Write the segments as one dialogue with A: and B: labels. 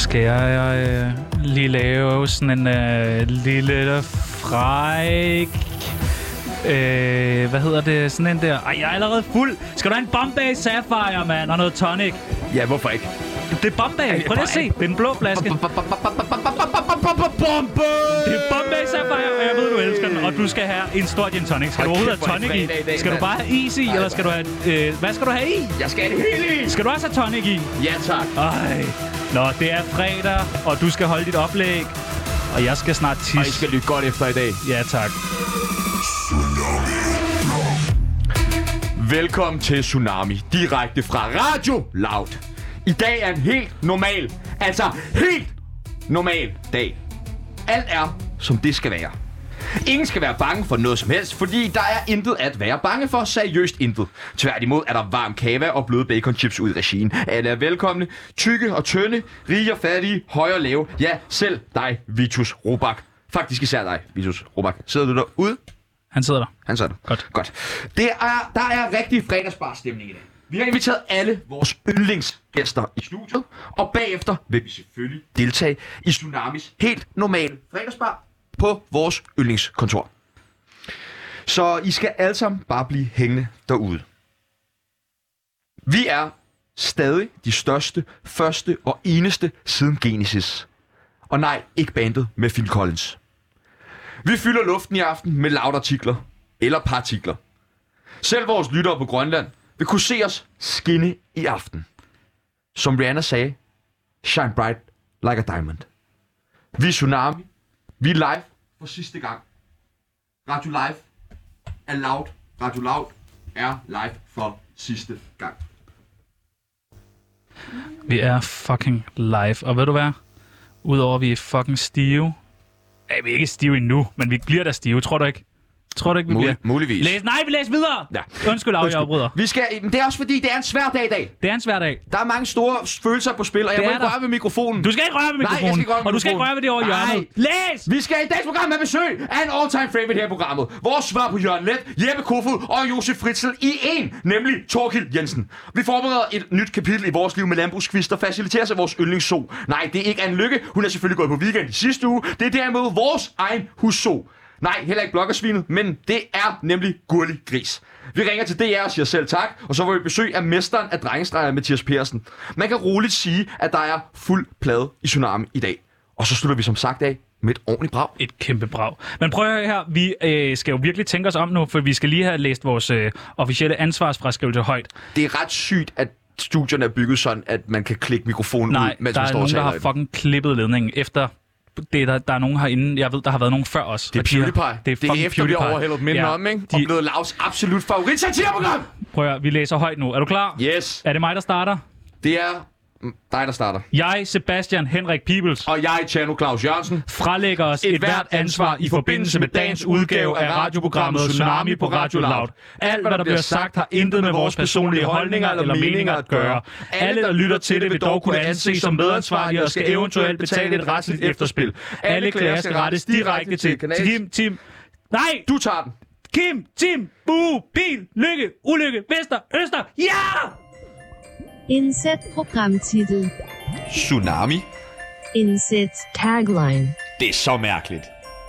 A: skal jeg lige lave sådan en lille fræk... hvad hedder det? Sådan en der... Ej, jeg er allerede fuld. Skal du have en Bombay Sapphire, mand? Og noget tonic?
B: Ja, hvorfor ikke?
A: Det er Bombay. Prøv lige at se. Det er den blå flaske. Det er Bombay Sapphire, og jeg ved, du elsker den. Og du skal have en stor gin tonic. Skal du overhovedet have tonic i? Skal du bare have is i, eller skal du have... hvad skal du have i?
B: Jeg skal have det hele i.
A: Skal du også have tonic i?
B: Ja, tak.
A: Ej. Nå, det er fredag, og du skal holde dit oplæg. Og jeg skal snart tisse.
B: Og I skal lytte godt efter i dag.
A: Ja, tak.
B: Velkommen til Tsunami, direkte fra Radio Loud. I dag er en helt normal, dag. Alt er, som det skal være. Ingen skal være bange for noget som helst, fordi der er intet at være bange for, seriøst intet. Tværtimod er der varm kava og bløde baconchips ud i regien. Alle er velkomne, tykke og tynde, rige og fattige, høje og lave. Ja, selv dig, Vitus Robak. Faktisk især dig, Vitus Robak. Sidder du derude?
A: Han sidder der.
B: Han sidder der.
A: Godt.
B: Der er rigtig fredagsbarstemning i dag. Vi har inviteret alle vores yndlingsgæster i studiet, og bagefter vil vi selvfølgelig deltage i Tsunamis helt normale fredagsbar på vores yndlingskontor. Så I skal alle sammen bare blive hængende derude. Vi er stadig de største, første og eneste siden Genesis. Og nej, ikke bandet med Phil Collins. Vi fylder luften i aften med Loud-artikler eller partikler. Selv vores lyttere på Grønland vil kunne se os skinne i aften. Som Rihanna sagde, shine bright like a diamond. Vi er Tsunami. Vi er live for sidste gang. Radio Live er Loud. Radio Loud er live for sidste gang.
A: Vi er fucking live. Og ved du hvad? Udover at vi er fucking stive. Ja, vi er ikke stive endnu, men vi bliver da stive. Tror du ikke? Vi bliver?
B: Muligvis.
A: Vi læser videre! Ja. Undskyld, jeg afbryder.
B: Det er også fordi, det er en svær dag i dag.
A: Det er en svær dag.
B: Der er mange store følelser på spil, og jeg må ikke røre ved mikrofonen.
A: Du skal ikke røre ved mikrofonen. Nej, og du skal ikke røre ved det over hjørnet. Læs!
B: Vi skal i dagens program have besøg af en all-time favorite her i programmet. Vores svar på Jørgen Let, Jeppe Kofod og Josef Fritzl i en, nemlig Thorkild Jensen. Vi forbereder et nyt kapitel i vores liv med landbrugskvist, der faciliteres af vores yndlingsso. Nej, det er ikke Anne Lykke. Hun er selvfølgelig gået på weekend i sidste uge. Det er derimod vores egen husso. Nej, heller ikke bloggersvinet, men det er nemlig Gurli Gris. Vi ringer til DR og siger selv tak, og så får vi besøg af mesteren af drengestreger, Mathias Persen. Man kan roligt sige, at der er fuld plade i Tsunami i dag. Og så slutter vi som sagt af med et ordentligt brag.
A: Et kæmpe brag. Men prøv at høre her, vi skal jo virkelig tænke os om nu, for vi skal lige have læst vores officielle ansvarsfraskrivelser højt.
B: Det er ret sygt, at studierne er bygget sådan, at man kan klikke mikrofonen ud, mens man står og taler.
A: Der er nogen, der har fucking klippet ledningen efter... Der er nogen herinde, jeg ved, der har været nogen før os.
B: Det er PewDiePie. Det er efter, vi har overhældet dem om, ikke? Og blevet Lavs absolut favorit satireprogram.
A: Prøv at høre, vi læser højt nu. Er du klar?
B: Yes.
A: Er det mig, der starter?
B: Det er dig, der starter.
A: Jeg, Sebastian Henrik Pibels.
B: Og jeg, Tjerno Claus Jørgensen.
A: Frelægger os et hvert ansvar i forbindelse med dagens udgave af radioprogrammet Tsunami på Radio Loud. Alt, hvad der bliver sagt, har intet med vores personlige holdninger eller meninger at gøre. Alle, der lytter til det, vil dog kunne anses som medansvarlige og skal eventuelt betale et retsligt efterspil. Alle klager skal rettes direkte til Tim. Nej!
B: Du tager den.
A: Kim, Tim, Bue, Bil, Lykke, Ulykke, Vester, Øster. Ja!
C: Indsæt programtitel.
B: Tsunami.
C: Indsæt tagline.
B: Det er så mærkeligt.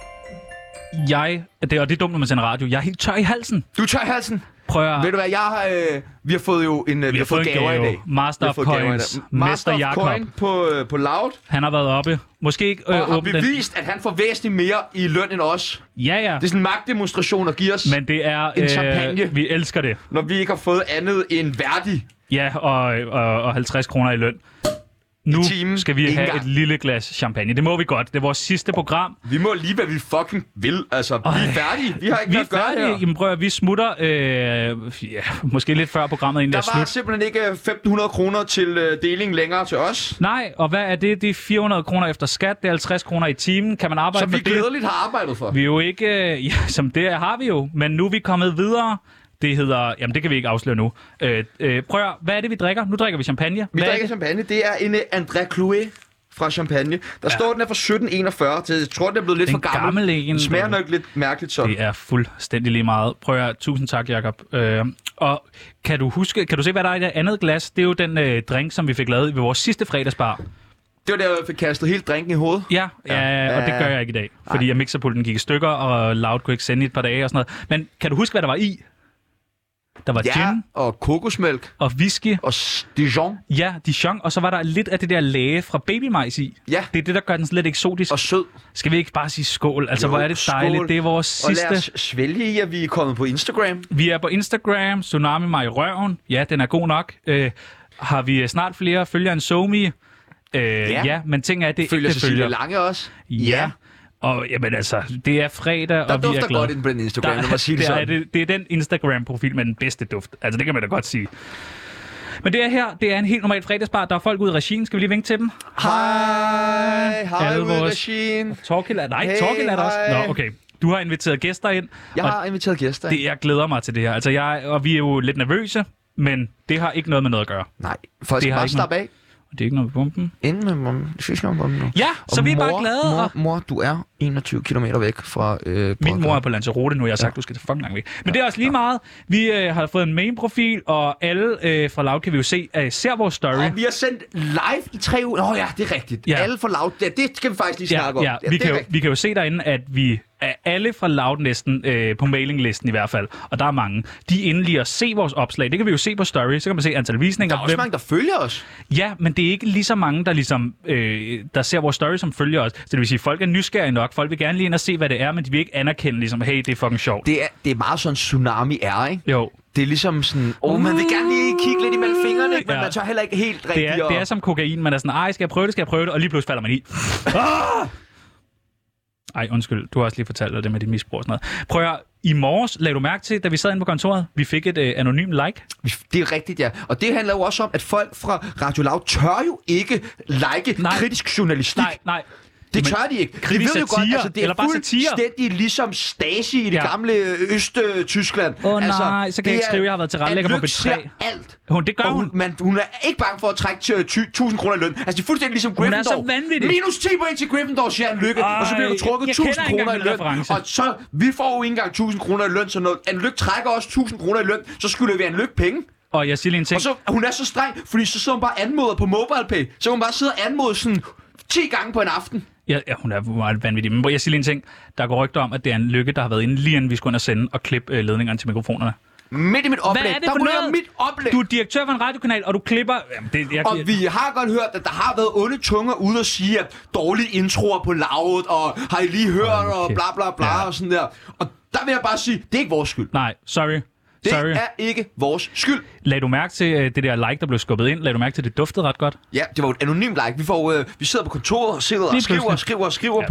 A: Det er dumt, når man sender radio. Jeg er helt tør i halsen.
B: Du er tør i halsen?
A: Prøv at...
B: Ved du hvad, vi har fået jo en... Vi har fået gaver i dag.
A: Master of Coins.
B: Master Jakob. Coin på Loud.
A: Han har været oppe. Måske ikke
B: og har bevist, at han får væsentligt mere i løn end os.
A: Ja.
B: Det er sådan en magtdemonstration at give os.
A: Men det er...
B: en champagne.
A: Vi elsker det.
B: Når vi ikke har fået andet end værdig.
A: Ja, og 50 kroner i løn. Nu skal vi have et lille glas champagne. Det må vi godt. Det er vores sidste program.
B: Vi må lige, hvad vi fucking vil. Altså, vi er færdige. Vi har ikke noget at gøre her.
A: Jamen prøv at vi smutter måske lidt før programmet egentlig er slut.
B: Der var simpelthen ikke 1.500 kroner til deling længere til os.
A: Nej, og hvad er det? Det er 400 kroner efter skat. Det er 50 kroner i timen. Kan man arbejde for det?
B: Som vi glædeligt har arbejdet for.
A: Vi er jo ikke... som det har vi jo. Men nu er vi kommet videre. Det hedder... Jamen, det kan vi ikke afsløre nu. Prøv at, hvad er det, vi drikker? Nu drikker vi champagne.
B: Vi drikker champagne. Det er en André Clouet fra Champagne. Der står, den er fra 1741. Så jeg tror, den er blevet lidt for gammel. Den smager nok lidt mærkeligt så.
A: Det er fuldstændig lige meget. Prøv at, tusind tak, Jakob. Og kan du se, hvad der er i det andet glas? Det er jo den drink, som vi fik lavet ved vores sidste fredagsbar.
B: Det var der, jeg fik kastet helt drinken i hovedet.
A: Ja, og det gør jeg ikke i dag. Fordi jeg mixerpulten gik i stykker, og Loud kunne ikke sende i et par dage og sådan noget. Men kan du huske, hvad der var i? Der var gin.
B: Og kokosmælk.
A: Og whisky.
B: Og Dijon.
A: Ja, Dijon. Og så var der lidt af det der læge fra babymajs i.
B: Ja.
A: Det er det, der gør den lidt eksotisk.
B: Og sød.
A: Skal vi ikke bare sige skål? Altså, hvor er det dejligt.
B: Skål.
A: Det er vores sidste...
B: Og lad os svælge i, at vi er kommet på Instagram.
A: Vi er på Instagram. Tsunami mig i røven. Ja, den er god nok. Har vi snart flere følgere end SoMe? Ja, men ting er, det
B: følger
A: ikke
B: Cecilie Lange også.
A: Ja. Og jamen altså, det er fredag,
B: der
A: og vi er glade.
B: Der dufter godt ind på den Instagram, lad mig sige det sådan.
A: Det er den Instagram-profil med den bedste duft. Altså, det kan man da godt sige. Men det er her, det er en helt normal fredagsbar. Der er folk ude i regien. Skal vi lige vinke til dem?
B: Hej ude i regien.
A: Torkild er der også. Nå, okay. Du har inviteret gæster ind.
B: Jeg har inviteret gæster ind.
A: Jeg glæder mig til det her. Altså, og vi er jo lidt nervøse, men det har ikke noget med noget at gøre.
B: Nej, folk skal bare slappe af.
A: Det er ikke noget med bomben.
B: Inden med bomben. Det synes jeg om bomben nu.
A: Ja, så vi er bare glade.
B: Mor, du er 21 kilometer væk fra...
A: Min mor er på Lanzarote nu. Jeg har sagt, du skal til fucking langt væk. Men det er også lige meget. Vi har fået en main-profil, og alle fra Loud kan vi jo se, ser vores story.
B: Og vi har sendt live i 3 uger. Ja, det er rigtigt. Ja. Alle fra Loud, det skal vi faktisk lige snakke om.
A: Ja, vi kan jo se derinde, at vi er alle fra Loud næsten på mailinglisten i hvert fald, og der er mange. De er inde lige at se vores opslag. Det kan vi jo se på story. Så kan man se antal visninger.
B: Der er også mange, der følger os.
A: Ja, men det er ikke lige så mange, der ligesom der ser vores story, som følger os. Så det vil sige, at folk er nysgerrige nok. Folk vil gerne lige ind og se, hvad det er, men de vil ikke anerkende ligesom, hey, det er fucking sjovt.
B: Det er meget sådan Tsunami er, ikke?
A: Jo.
B: Det er ligesom sådan, man vil gerne lige kigge lidt imellem fingrene, ikke? Men man tør heller ikke helt rigtigt.
A: Det er som kokain. Man er sådan, skal jeg prøve det? Og lige pludselig falder man i. Ej, undskyld. Du har også lige fortalt dig det med dit misbrug og sådan noget. Prøv at i morges, lagde du mærke til, da vi sad inde på kontoret, vi fik et anonymt like.
B: Det er rigtigt, ja. Og det handler jo også om, at folk fra Radio Loud tør jo ikke kritisk journalistik.
A: Nej.
B: Det tør de ikke. De ved jo godt, altså det er fuldstændig ligesom Stasi i det gamle Øst-Tyskland.
A: Nej, så kan jeg ikke skrive, jeg har været til retlægger på B3.
B: Alt.
A: Det gør hun.
B: Hun er ikke bange for at trække 1.000 kroner i løn. Altså det er fuldstændig ligesom Gryffindor.
A: Hun er så vanvittig.
B: Minus 10 point til Gryffindor, siger en Lykke. Og så bliver du trukket 1.000 kroner i løn. Og så, vi får jo ikke engang 1.000 kroner i løn. Så når en Lykke trækker også 1.000 kroner i løn, så skylder vi en Lykke penge.
A: Og jeg siger lige en ting.
B: Og så, hun er så streng, fordi så sidder hun bare anmoder på MobilePay. Så hun bare sidder og anmoder sådan 10 gange på en aften.
A: Ja, hun er meget vanvittig. Men jeg siger lige en ting. Der går rygter om, at det er en Lykke, der har været inde lige inden vi skulle ind og sende og klippe ledningerne til mikrofonerne.
B: Midt i mit oplæg.
A: Hvad er det for noget?
B: Mit oplæg.
A: Du er direktør for en radiokanal, og du klipper... Jamen,
B: og vi har godt hørt, at der har været onde tunger ude og sige, at dårlige introer på Loud, og har I lige hørt, og bla bla bla, og sådan der. Og der vil jeg bare sige, det er ikke vores skyld.
A: Nej, sorry.
B: Det er ikke vores skyld.
A: Lagde du mærke til det der like, der blev skubbet ind? Lagde du mærke til, det duftede ret godt?
B: Ja, det var et anonymt like. Vi sidder på kontoret og skriver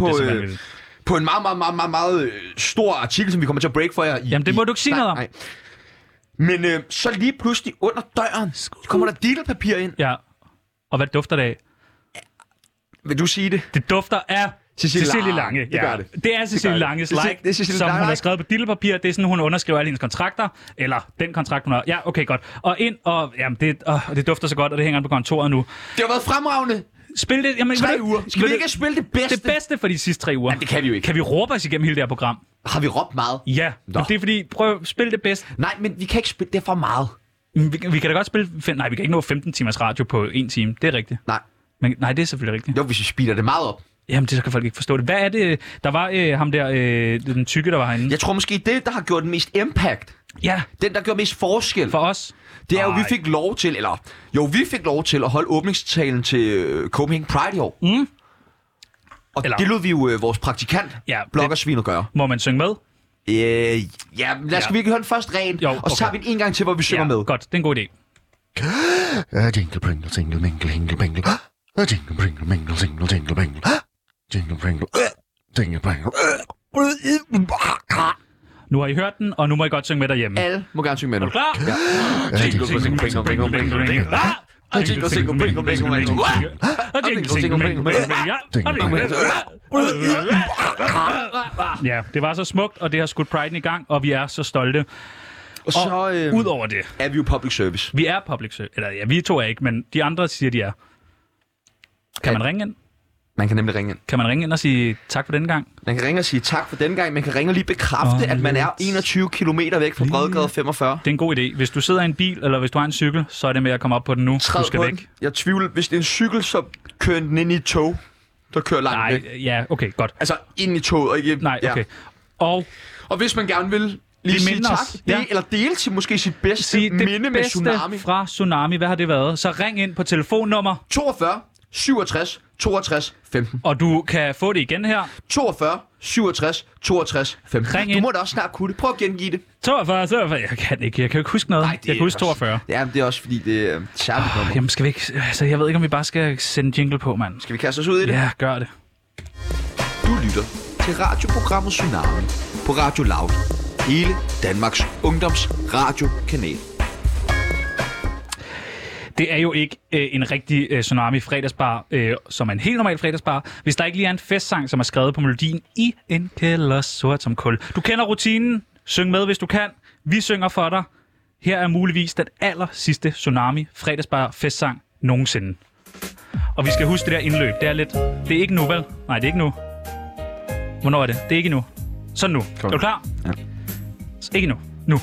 B: på en meget stor artikel, som vi kommer til at break for jer.
A: Jamen, det må du ikke sige noget om. Nej.
B: Men så lige pludselig under døren, kommer der dillepapir ind.
A: Ja, og hvad dufter det af?
B: Vil du sige det?
A: Det dufter af... Cecilie Lange.
B: Det gør det.
A: Det er Cecilie Langes like, som hun har skrevet på dillepapir. Det er sådan, hun underskriver alle hendes kontrakter. Eller den kontrakt, hun har. Ja, okay, godt. Og ind, og jamen, det dufter så godt, og det hænger på kontoret nu.
B: Det har været fremragende.
A: Spil det. Jamen,
B: 3 uger. Skal vi ikke spille det bedste?
A: Det bedste for de sidste 3 uger.
B: Ja, det kan vi jo ikke.
A: Kan vi råbe os igennem hele det her program?
B: Har vi råbt meget?
A: Ja, men det er fordi, prøv at spille det bedste.
B: Nej, men vi kan ikke spille det for meget.
A: Vi kan da godt spille... Nej, vi kan ikke nå 15 timers radio på 1 time. Det er rigtigt.
B: Nej.
A: Men nej, det er selvfølgelig rigtigt.
B: Jo, hvis vi speeder det meget op.
A: Jamen, det så kan folk ikke forstå det. Hvad er det? Der var ham der, den tykke, der var herinde.
B: Jeg tror måske, det, der har gjort den mest impact.
A: Ja.
B: Den, der gjorde mest forskel.
A: For os.
B: Det er jo, vi fik lov til at holde åbningstalen til Copenhagen Pride i år.
A: Mm.
B: Og det lod vi jo vores praktikant, bloggersviner, gøre.
A: Må man synge med?
B: Ja, lad os vi ikke høre den først ren, og så tager vi den en gang til, hvor vi synger med.
A: Godt, det er en god idé.
D: Jingle pringle, single mingle, hingle bingle. Jingle pringle, mingle, single, jingle bingle. Jingle pringle, jingle pringle.
A: Nu har I hørt den, og nu må I godt synge med derhjemme.
B: Alle må gerne synge med.
A: Er du klar?
B: Ja. Jingle single bingle bingle bingle bingle. Jingle single bingle bingle bingle. Jingle single bingle bingle.
A: Ja, det var så smukt, og det har skudt Pride'en i gang, og vi er så stolte.
B: Og så
A: ud over det
B: er vi jo public service.
A: Vi er public service. Eller ja, vi to er ikke, men de andre siger, de er. Kan man ringe ind?
B: Man kan nemlig ringe ind.
A: Kan man ringe ind og sige tak for denne gang?
B: Man kan ringe og sige tak for denne gang. Man kan ringe og lige bekræfte, at man er 21 kilometer væk fra Bredgade 45.
A: Det er en god idé. Hvis du sidder i en bil, eller hvis du har en cykel, så er det med at komme op på den nu.
B: Du skal væk. Jeg tvivler. Hvis det er en cykel, så Kører den ind i et tog, der kører langt væk?
A: Nej, ja, okay, godt.
B: Altså ind i toget, og ikke...
A: Nej, okay.
B: Ja. Og hvis man gerne vil lige sige tak, eller dele til måske sit bedste minde med Tsunami.
A: Fra Tsunami, hvad har det været? Så ring ind på telefonnummer
B: 42 67 62 15.
A: Og du kan få det igen her.
B: 42 67 62 15.
A: Ring
B: du
A: ind.
B: må da også snart kunne det. Prøv at gengive det.
A: 42. Jeg kan ikke huske noget.
B: Nej,
A: jeg kan huske 42.
B: Ja, men det er også fordi, det er særligt nummer.
A: Jamen skal vi ikke... Altså, jeg ved ikke, om vi bare skal sende jingle på, mand.
B: Skal vi kaste os ud i det?
A: Ja, gør det.
B: Du lytter til radioprogrammet Tsunami på Radio Loud. Hele Danmarks ungdoms radiokanal.
A: Det er jo ikke en rigtig Tsunami fredagsbar, som er en helt normal fredagsbar, hvis der ikke lige er en festsang, som er skrevet på melodien i en kælder sort som kul. Du kender rutinen. Syng med, hvis du kan. Vi synger for dig. Her er muligvis den aller sidste Tsunami fredagsbar festsang nogensinde. Og vi skal huske det der indløb. Det er ikke nu, vel? Nej, det er ikke nu. Hvornår er det? Det er ikke nu. Sådan nu. Er du klar?
B: Ja.
A: Ikke nu. Nu.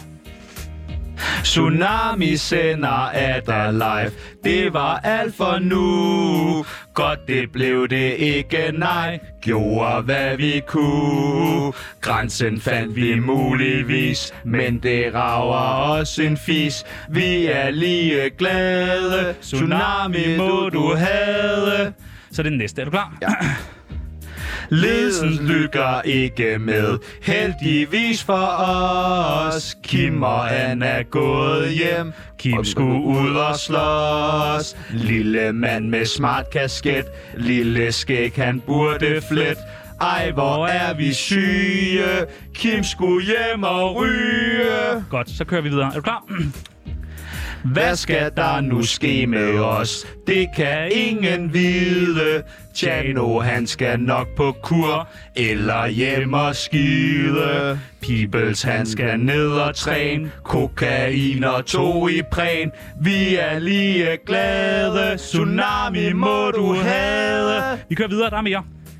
A: Tsunami sender Adder live. Det var alt for nu. Godt det blev det ikke, nej. Gjorde hvad vi kunne. Grænsen fandt vi muligvis, men det rager os en fis. Vi er lige glade. Tsunami må du have. Så det er den næste. Er du klar?
B: Ja.
A: Ledelsen lykker ikke med, heldigvis for os. Kim og Anna er gået hjem. Kim skulle ud og slås. Lille mand med smart kasket, lille skæg han burde flet. Ej, hvor er vi syge. Kim skulle hjem og ryge. Godt, så kører vi videre. Er du klar? Hvad skal der nu ske med os? Det kan ingen vide. Tjano, han skal nok på kur, eller hjem og skide. Peoples, han skal ned og træne. Kokain og 2 i præn. Vi er lige glade. Tsunami må du have. Vi kører videre, der er mere.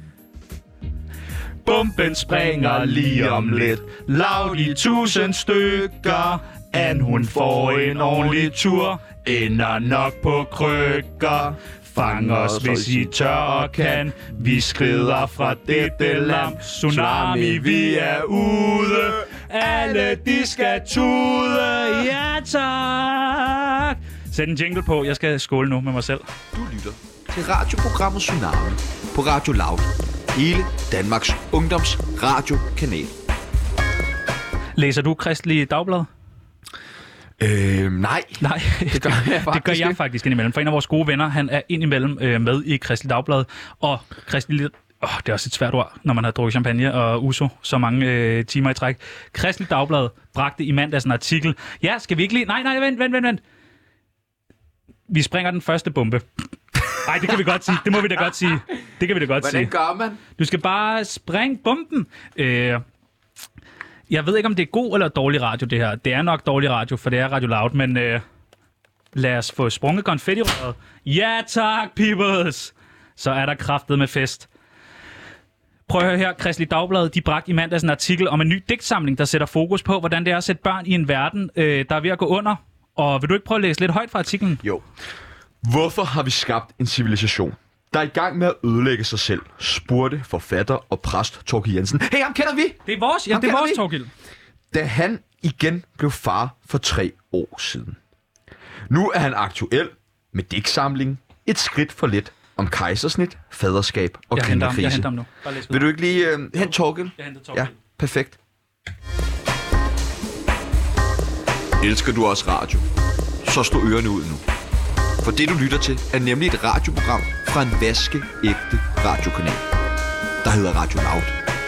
A: Bomben springer lige om lidt. Lav de 1000 stykker. Ann, hun får en ordentlig tur. Ender nok på krykker. Fang os, hvis I tør og kan. Vi skrider fra dette land. Tsunami, vi er ude. Alle de skal tude. Ja tak. Sæt en jingle på. Jeg skal skåle nu med mig selv.
B: Du lytter til radioprogrammet Tsunami på Radio Loud. Hele Danmarks ungdoms radiokanal.
A: Læser du Kristelig Dagblad?
B: Nej.
A: Det gør jeg faktisk indimellem. For en af vores gode venner, han er indimellem med i Kristelig Dagblad. Og Kristelig... det er også et svært ord, når man har drukket champagne og uso så mange timer i træk. Kristelig Dagblad bragte i mandags en artikel. Ja, skal vi ikke lige... Nej, vent. Vi springer den første bombe. Nej, det kan vi godt sige. Det må vi da godt sige.
B: Hvordan gør man?
A: Du skal bare springe bomben. Jeg ved ikke, om det er god eller dårlig radio, det her. Det er nok dårlig radio, for det er Radio Loud, men lad os få sprunget konfettirøret. Ja tak, peoples! Så er der kraftet med fest. Prøv at høre her, Kristelig Dagblad, de bragte i mandags en artikel om en ny digtsamling, der sætter fokus på, hvordan det er at sætte børn i en verden, der er ved at gå under. Og vil du ikke prøve at læse lidt højt fra artiklen?
B: Jo. Hvorfor har vi skabt en civilisation, der er i gang med at ødelægge sig selv, spurgte forfatter og præst Thorkild Jensen. Hey, ham kender vi!
A: Det er vores, det er vores Thorkild.
B: Da han igen blev far for 3 år siden. Nu er han aktuel med digtsamling Et skridt for lidt om kejsersnit, faderskab og klimakrise.
A: Jeg henter ham nu.
B: Vil du ikke lige hente Thorkild?
A: Jeg henter Thorkild.
B: Ja, perfekt. Elsker du også radio? Så slå ørerne ud nu. For det, du lytter til, er nemlig et radioprogram fra en vaskeægte radiokanal, der hedder Radio Loud.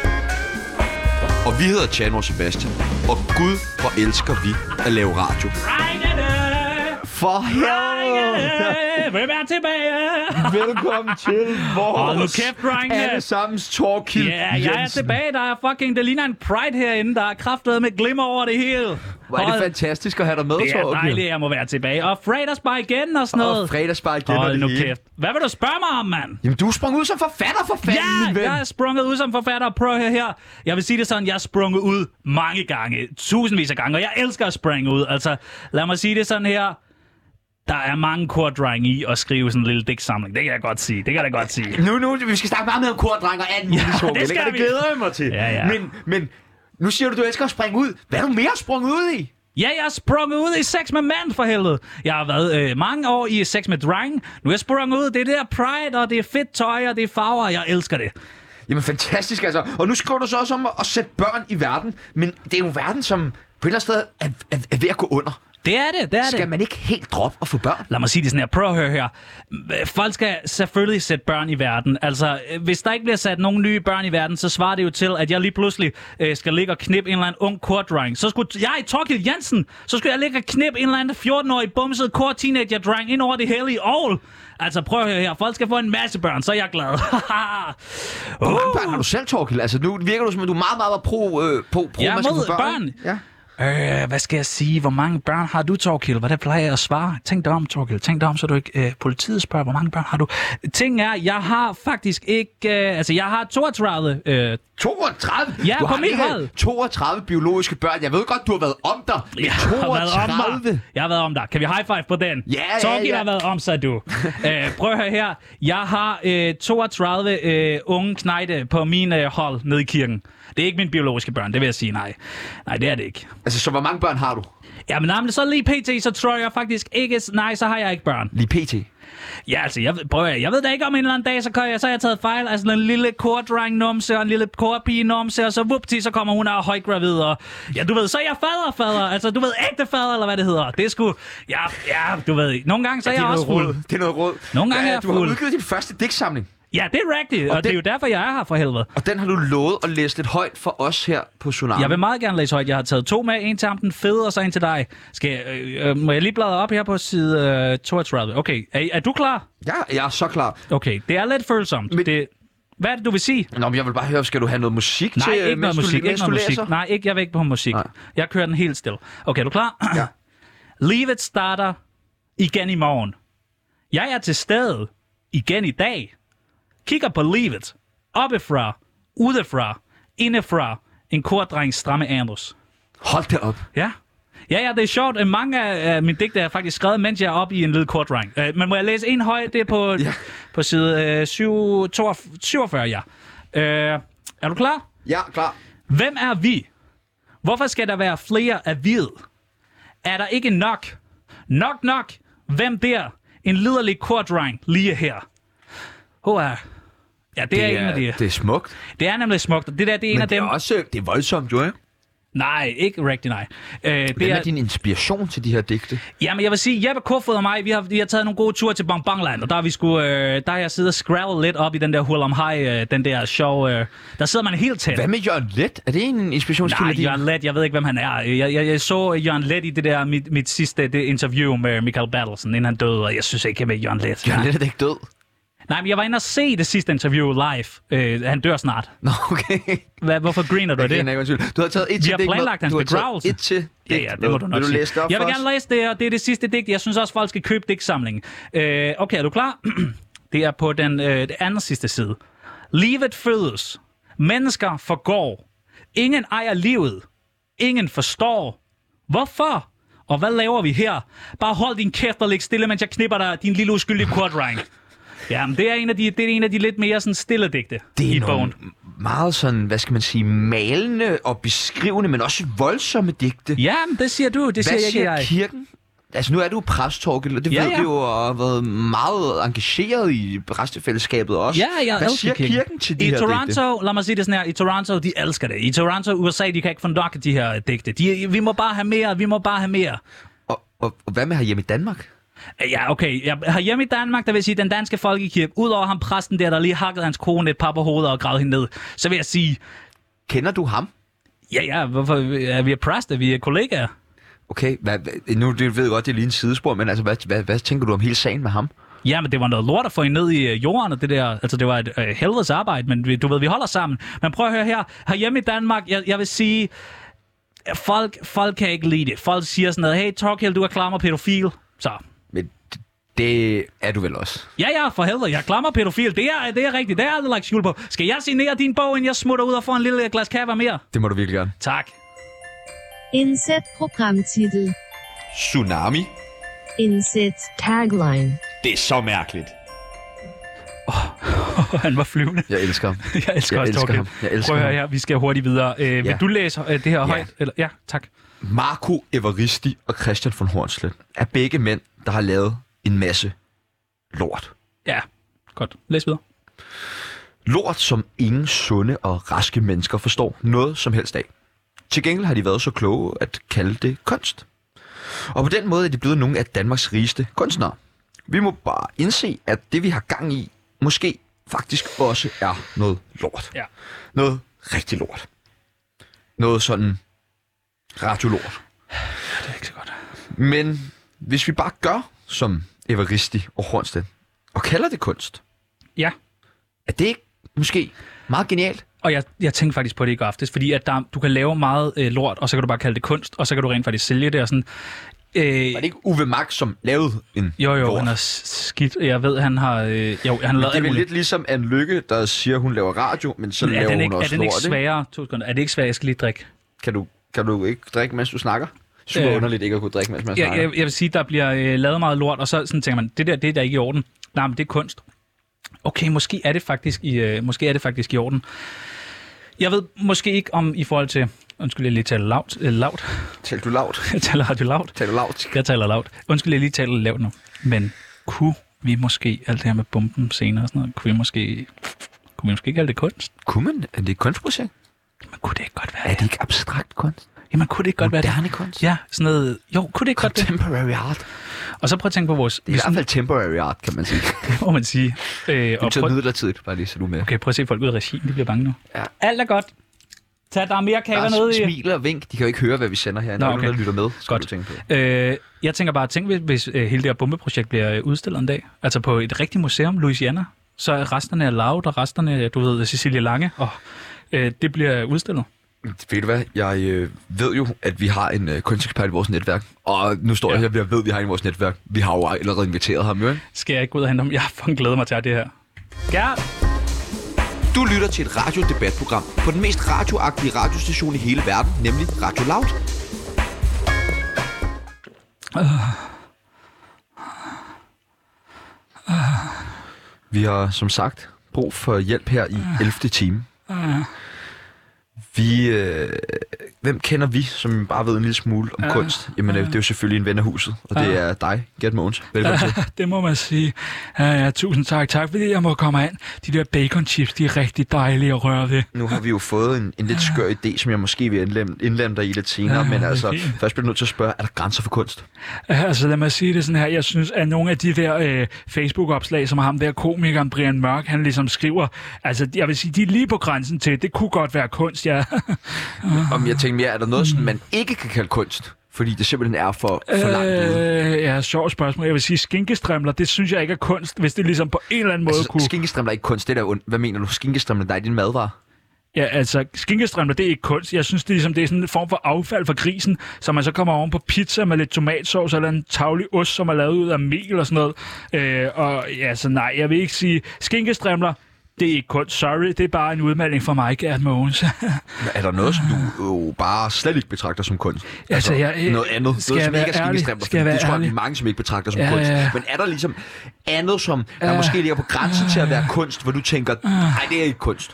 B: Og vi hedder Tjano og Sebastian, og Gud, hvor elsker vi at lave radio. For helvede!
A: Hvem er tilbage?
B: Velkommen til vores allesammens Thorkild Jensen.
A: Ja, jeg er tilbage. Der er fucking, det ligner en pride herinde, der er kraftet med glimmer over det hele.
B: Hvor er det fantastisk at have dig med, Thorkild.
A: Det er dejligt, jeg må være tilbage. Og fredagsbar igen og sådan noget.
B: Og fredagsbar igen og det hele.
A: Kæft. Hvad vil du spørge mig om, mand?
B: Jamen, du er sprunget ud som forfatter, for fanden, min ven.
A: Jeg er sprunget ud som forfatter. Prøv at høre her. Jeg vil sige det sådan, jeg er sprunget ud mange gange. Tusindvis af gange. Og jeg elsker at springe ud. Altså, lad mig sige det sådan her. Der er mange kordrenge i at skrive sådan en lille digtsamling. Det kan jeg godt sige.
B: Nu, vi skal snakke meget mere om kordrenge og alt muligt.
A: Ja, det skal vi.
B: Det glæder jeg mig til.
A: Ja.
B: Men nu siger du elsker at springe ud. Hvad er du mere sprunget ud i?
A: Ja, jeg er sprunget ud i sex med mand, for helvede. Jeg har været mange år i sex med dreng. Nu er jeg sprunget ud. Det er der pride, og det er fedt tøj, og det er farver. Jeg elsker det.
B: Jamen fantastisk, altså. Og nu skriver du så også om at sætte børn i verden. Men det er jo en verden, som på et eller andet sted er ved at gå under.
A: Det er det.
B: Skal man ikke helt droppe at få børn?
A: Lad mig sige det sådan her. Prøv at høre her. Folk skal selvfølgelig sætte børn i verden. Altså, hvis der ikke bliver sat nogen nye børn i verden, så svarer det jo til, at jeg lige pludselig skal ligge og knippe en eller anden ung kortdreng. Så skulle jeg, Thorkild Jensen, så skulle jeg ligge og knippe en eller anden 14-årig bumset kort teenager-dreng ind over det hellige ål. Altså, prøv at høre her. Folk skal få en masse børn, så er jeg glad.
B: Hvor mange børn har du selv, Thorkild? Altså, nu virker du som, at du er meget pro
A: jeg
B: man skal få
A: børn.
B: Ja.
A: Hvad skal jeg sige? Hvor mange børn har du, Thorkild? Hvad det plejer jeg at svare? Tænk dig om, Thorkild. Tænk dig om, så du ikke politiet spørger, hvor mange børn har du? Ting er, jeg har faktisk ikke... jeg har 32...
B: 32?
A: Ja,
B: du
A: på
B: har
A: mit
B: ikke
A: hold.
B: 32 biologiske børn. Jeg ved godt, du har været om dig.
A: Jeg har været om dig. Kan vi high five på den?
B: Ja.
A: Thorkild har været om sig, du. Prøv at høre her. Jeg har 32 unge knejte på min hold nede i kirken. Det er ikke mine biologiske børn, det vil jeg sige nej. Nej, det er det ikke.
B: Altså, så hvor mange børn har du?
A: Jamen, så lige pt, så tror jeg faktisk ikke... Nej, så har jeg ikke børn.
B: Lige pt?
A: Ja, altså, jeg ved da ikke om en eller anden dag, så har jeg taget fejl. Altså, en lille kortdreng-numse og en lille kortpige-numse, og så vupti, så kommer hun af højgravid, og ja, du ved, så er jeg fader. Altså, du ved, ægte fader, eller hvad det hedder. Det er sgu... Ja, du ved, nogle gange så er jeg også fuld.
B: Det er noget råd.
A: Nogle gange er jeg fuld.
B: Du har udgivet din første digtsamling.
A: Ja, det er rigtigt, og det er jo derfor, jeg er her for helvede.
B: Og den har du lovet at læse lidt højt for os her på Tsunami.
A: Jeg vil meget gerne læse højt. Jeg har taget 2 med. En til ham, den fede, og så en til dig. Må jeg lige bladre op her på side 32? Okay, er du klar?
B: Ja, jeg er så klar.
A: Okay, det er lidt følsomt.
B: Men...
A: Hvad er det, du vil sige?
B: Nå, men jeg vil bare høre, skal du have noget musik
A: Nej,
B: til,
A: ikke noget musik. Nej, jeg vil ikke på musik.
B: Nej.
A: Jeg kører den helt stille. Okay, er du klar?
B: Ja.
A: Livet starter igen i morgen. Jeg er til stede igen i dag. Kigger på livet. Oppefra, udefra, indefra. En kortdreng stramme Anders.
B: Hold det op.
A: Ja. Ja, det er sjovt. Mange af mine digte er faktisk skrevet, mens jeg er oppe i en lille kortdreng. Men må jeg læse en høj? Det er på side 47, ja. Er du klar?
B: Ja, klar.
A: Hvem er vi? Hvorfor skal der være flere af hvide? Er der ikke nok? Nok. Hvem der? En liderlig kortdreng lige her. Ja, det er en af de...
B: Det er smukt.
A: Det er nemlig smukt. Det er en af dem...
B: Det er voldsomt, jo, ikke?
A: Nej, ikke rigtig nej.
B: Hvem er din inspiration til de her digte?
A: Jamen, jeg vil sige, Jeppe Kofod og mig, vi har taget nogle gode ture til Bonbonland, og der har jeg siddet og scrabble lidt op i den der Hurlum High, den der show. Der sidder man helt tæt.
B: Hvad med Jørgen Leth? Er det en inspirationskilde?
A: Nej, Jørgen Leth, jeg ved ikke, hvem han er. Jeg så Jørgen Leth i det der mit sidste interview med Michael Battleson, inden han døde, og jeg synes ikke, jeg med Jørgen Leth.
B: Jørgen Leth er ikke død?
A: Nej, men jeg var inde og se det sidste interview live. Han dør snart.
B: Nå, okay.
A: Hvorfor griner du af det?
B: Du har taget et til
A: digt. Vi har planlagt hans begravelse.
B: Et til digt.
A: Ja, det må du nok sige. Jeg vil gerne læse det, og det er det sidste digt. Jeg synes også, folk skal købe digtsamlingen. Okay, er du klar? Det er på den anden sidste side. Livet fødes. Mennesker forgår. Ingen ejer livet. Ingen forstår. Hvorfor? Og hvad laver vi her? Bare hold din kæft og læg stille, mens jeg knipper dig, din lille uskyldige kortdreng. Ja, men det er en af de lidt mere sådan stille digte i bogen.
B: Meget sådan, hvad skal man sige, malende og beskrivende, men også voldsomme digte.
A: Ja, men det siger du, det siger ikke jeg.
B: Hvad siger kirken? Altså, nu er du præst, Thorkild, og det ved vi jo, og har været meget engageret i præstefællesskabet også.
A: Ja,
B: hvad siger kirken til de her
A: Toronto,
B: digte?
A: lad mig sige det sådan her, i Toronto, de elsker det. I Toronto, USA, de kan ikke få nok af de her digte. Vi må bare have mere,
B: Og hvad med herhjemme i Danmark?
A: Ja, okay. Herhjemme i Danmark, der vil sige, den danske folkekirke, udover ham præsten der lige hakkede hans kone et par på hovedet og gravede hende ned, så vil jeg sige...
B: Kender du ham?
A: Ja, hvorfor er vi præster? Vi er kollegaer.
B: Okay, nu ved jeg godt, det er lige en sidespor, men altså, hvad tænker du om hele sagen med ham?
A: Ja, men det var noget lort at få hende ned i jorden, og det der, altså det var et helvedes arbejde, men du ved, vi holder sammen. Men prøv at høre her. Herhjemme i Danmark, jeg vil sige, folk kan ikke lide det. Folk siger sådan noget, hey Thorkild, du er klammer pædofil. Så...
B: Men det er du vel også?
A: Ja, for helvede. Jeg klammer pædofil. Det er rigtigt. Det er aldrig lagt skjul på. Skal jeg signere din bog, inden jeg smutter ud og får en lille glas kaffe mere?
B: Det må du virkelig gerne.
A: Tak.
C: Indsæt programtitel.
B: Tsunami.
C: Indsæt tagline.
A: Det er så mærkeligt. Han var flyvende.
B: Jeg elsker ham.
A: Jeg elsker også Torkild.
B: Jeg elsker
A: Prøv at
B: ham.
A: høre her, vi skal hurtigt videre. Vil du læse det her højt? Eller? Ja, tak.
B: Marco Evaristi og Christian von Hornslet er begge mænd, der har lavet en masse lort.
A: Ja, godt. Læs videre.
B: Lort, som ingen sunde og raske mennesker forstår noget som helst af. Til gengæld har de været så kloge at kalde det kunst. Og på den måde er de blevet nogle af Danmarks rigeste kunstnere. Vi må bare indse, at det vi har gang i, måske faktisk også er noget lort.
A: Ja.
B: Noget rigtig lort. Noget sådan radiolort.
A: Det er ikke så godt.
B: Men hvis vi bare gør som Evaristi og Hornstedt, og kalder det kunst,
A: Ja.
B: er det ikke måske meget genialt?
A: Og jeg tænkte faktisk på det i går aftes, fordi at du kan lave meget lort, og så kan du bare kalde det kunst, og så kan du rent faktisk sælge det og sådan.
B: Var det ikke Uwe Max, som lavede en
A: Jo,
B: lort?
A: han er skidt. Jeg ved, han har... han har lavet
B: Det er
A: alt
B: vel
A: muligt.
B: lidt ligesom Anne Lykke, der siger, hun laver radio, men så laver hun også
A: er den ikke
B: lort,
A: sværere? 2 sekunder. Er det ikke sværere? Jeg skal lige drikke.
B: Kan du ikke drikke, mens du snakker? Super underligt ikke at kunne drikke, mens man snakker.
A: Jeg vil sige, der bliver lavet meget lort, og så sådan tænker man, det er der ikke i orden. Nej, men det er kunst. Okay, måske er det faktisk i orden. Jeg ved måske ikke om i forhold til... Undskyld, jeg lige taler lavt.
B: Taler du lavt?
A: Jeg taler radio lavt.
B: Taler lavt?
A: Jeg taler lavt. Undskyld, jeg lige taler lavt nu. Men kunne vi måske, alt det her med bomben senere og sådan noget, kunne vi måske kalde det kunst?
B: Kunne man? Er det et kunstprojekt?
A: Men kunne det ikke godt være
B: Er det ikke abstrakt kunst?
A: Jamen, kunne det ikke godt være det?
B: Moderne kunst?
A: Ja, sådan noget... Jo, kunne det ikke godt det?
B: Contemporary art.
A: Og så prøv at tænke på vores...
B: Det er i hvert fald temporary art, kan man sige.
A: Det må man sige.
B: Det
A: Og
B: betyder midlertidigt, bare lige så du er med.
A: okay, prøv at se folk ud af regien, de bliver bange nu.
B: Ja.
A: Alt er godt. Tag, der er mere kager nede i...
B: Smil og vink. De kan jo ikke høre, hvad vi sender her.
A: Nå,
B: Der er
A: okay.
B: nogen, der lytter med, skal
A: Godt.
B: du tænke på.
A: Jeg tænker bare, tænk hvis hele det her bombeprojekt bliver udstillet en dag. Altså på et rigtigt museum, Louisiana. Så er resterne af Loud og resterne, du ved, Cecilie Lange. Og det bliver udstillet.
B: Ved du hvad? Jeg ved jo, at vi har en kunstekspert i vores netværk. Og nu står jeg her, jeg ved, at vi har en i vores netværk. Vi har jo allerede inviteret ham, jo.
A: Skal jeg ikke gå ud og hente ham? Jeg har fucking glædet mig til det her. Gert!
B: Du lytter til et radiodebatprogram på den mest radioagtige radiostation i hele verden, nemlig Radio Loud. Vi har som sagt brug for hjælp her i 11. time. Hvem kender vi, som bare ved en lille smule om kunst? Jamen, det er jo selvfølgelig en ven af huset, og det er dig, Gert Mogens. Velkommen til.
A: Det må man sige. Ja, tusind tak. Tak fordi jeg må komme ind. De der bacon chips, de er rigtig dejlige at røre ved.
B: Nu har vi jo fået en lidt skør idé, som jeg måske vil indlemme dig i lidt senere, men altså, først bliver du nødt til at spørge, er der grænser for kunst?
A: Altså lad mig sige det sådan her. Jeg synes, at nogle af de der Facebook-opslag, som ham der komikeren Brian Mørk, han ligesom skriver, altså jeg vil sige, de er lige på grænsen til, det kunne godt være kunst, ja.
B: Om jeg tænker mere, er der noget, som man ikke kan kalde kunst? Fordi det simpelthen er for langt ude.
A: Ja, sjovt spørgsmål. Jeg vil sige, skinkestrimler, det synes jeg ikke er kunst, hvis det ligesom på en eller anden måde kunne...
B: Altså, skinkestrimler er ikke kunst, det er der ondt. Hvad mener du? Skinkestrimler, der er din madvare?
A: Ja, altså, skinkestrimler, det er ikke kunst. Jeg synes, det er sådan en form for affald fra grisen, som man så kommer oven på pizza med lidt tomatsauce eller en tavlig ost, som er lavet ud af mel og sådan noget. Og ja, så nej, jeg vil ikke sige, skinkestrimler, det er ikke kunst. Sorry, det er bare en udmelding fra mig, Gert Mogens.
B: Er der noget, som du jo bare slet ikke betragter som kunst?
A: Altså,
B: noget andet. Noget, som ikke er skinkestrimler. Det tror jeg, vi er mange, som ikke betragter som kunst. Men er der ligesom andet, som der måske ligger på grænsen til at være kunst, hvor du tænker, nej, det er ikke kunst?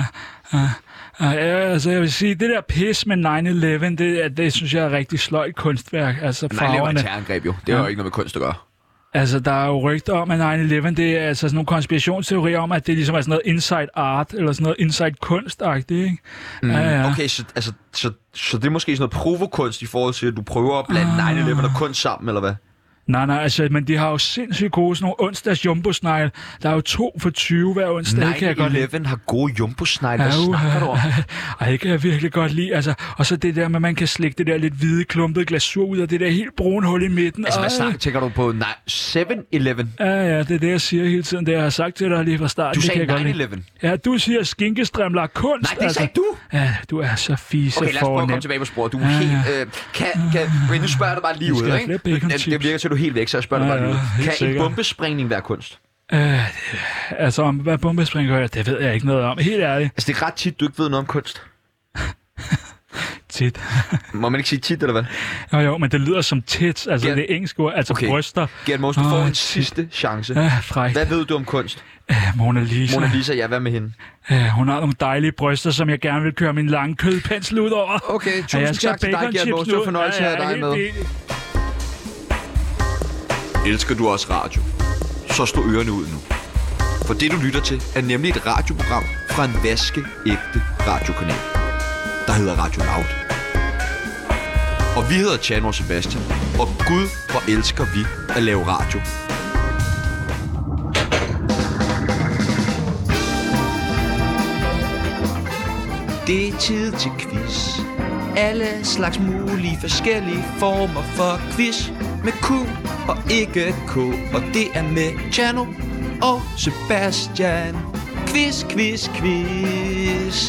A: Altså, jeg vil sige, det der pis med 9/11, det synes jeg er rigtig sløjt kunstværk. Altså,
B: 9/11 er et terrorangreb jo. Det har jo ikke noget med kunst at gøre.
A: Altså, der er jo rygter om, at 9/11, det er altså sådan nogle konspirationsteorier om, at det ligesom er sådan noget inside art, eller sådan noget inside kunstagtigt, ikke?
B: Okay, så det er måske sådan noget provokunst i forhold til, at du prøver at blande 9/11 og kunst sammen, eller hvad?
A: Nej, altså, men de har jo sindssygt gode sådan nogle onsdags jumbo-snegle. Der er jo 2 for 20 hver onsdag, det kan jeg godt lide.
B: 9/11 har gode jumbo-snegle. Hvad snakker du om?
A: Ej, det kan jeg virkelig godt lide. Altså, og så det der med, at man kan slikke det der lidt hvide, klumpede glasur ud af det der helt brune hul i midten.
B: Altså, hvad snakker tænker du på? 7/11?
A: Ja, det er det, jeg siger hele tiden. Det jeg har sagt til dig lige fra starten.
B: Du
A: det
B: sagde 9/11.
A: Ja, du siger skinkestrimler er kunst.
B: Nej, det sagde du.
A: Ja, du er så fise
B: Okay, lad os prøve at komme tilbage på sporet. Du er helt... Nu spørger jeg dig bare lige ud, ikke? Det virker til, at du er helt væk, så jeg spørger dig bare lige ud. Kan en bombesprængning være kunst?
A: Altså, om hvad bombesprængning gør, det ved jeg ikke noget om. Helt ærligt.
B: Altså, det er ret tit, du ikke ved noget om kunst.
A: tit.
B: Må man ikke sige tit, eller hvad?
A: Jo, men det lyder som tits, altså det engelske ord, altså bryster.
B: Gert Moos, du får en sidste chance.
A: Frækt.
B: Hvad ved du om kunst?
A: Mona Lisa.
B: Mona Lisa, ja, hvad med hende?
A: Hun har nogle dejlige bryster, som jeg gerne vil køre min lange kødpensel ud over.
B: Okay, tusind tak til dig, Gert Moos. Det var fornøjelse at have dig med. Elsker du også radio? Så slå ørerne ud nu. For det, du lytter til, er nemlig et radioprogram fra en vaskeægte radiokanal, der hedder Radio Loud. Og vi hedder Tjano og Sebastian, og Gud, hvor elsker vi at lave radio. Det er tid til quiz. Alle slags mulige forskellige former for quiz. Med Q og ikke K, og det er med Tjano og Sebastian. Quiz, quiz, quiz.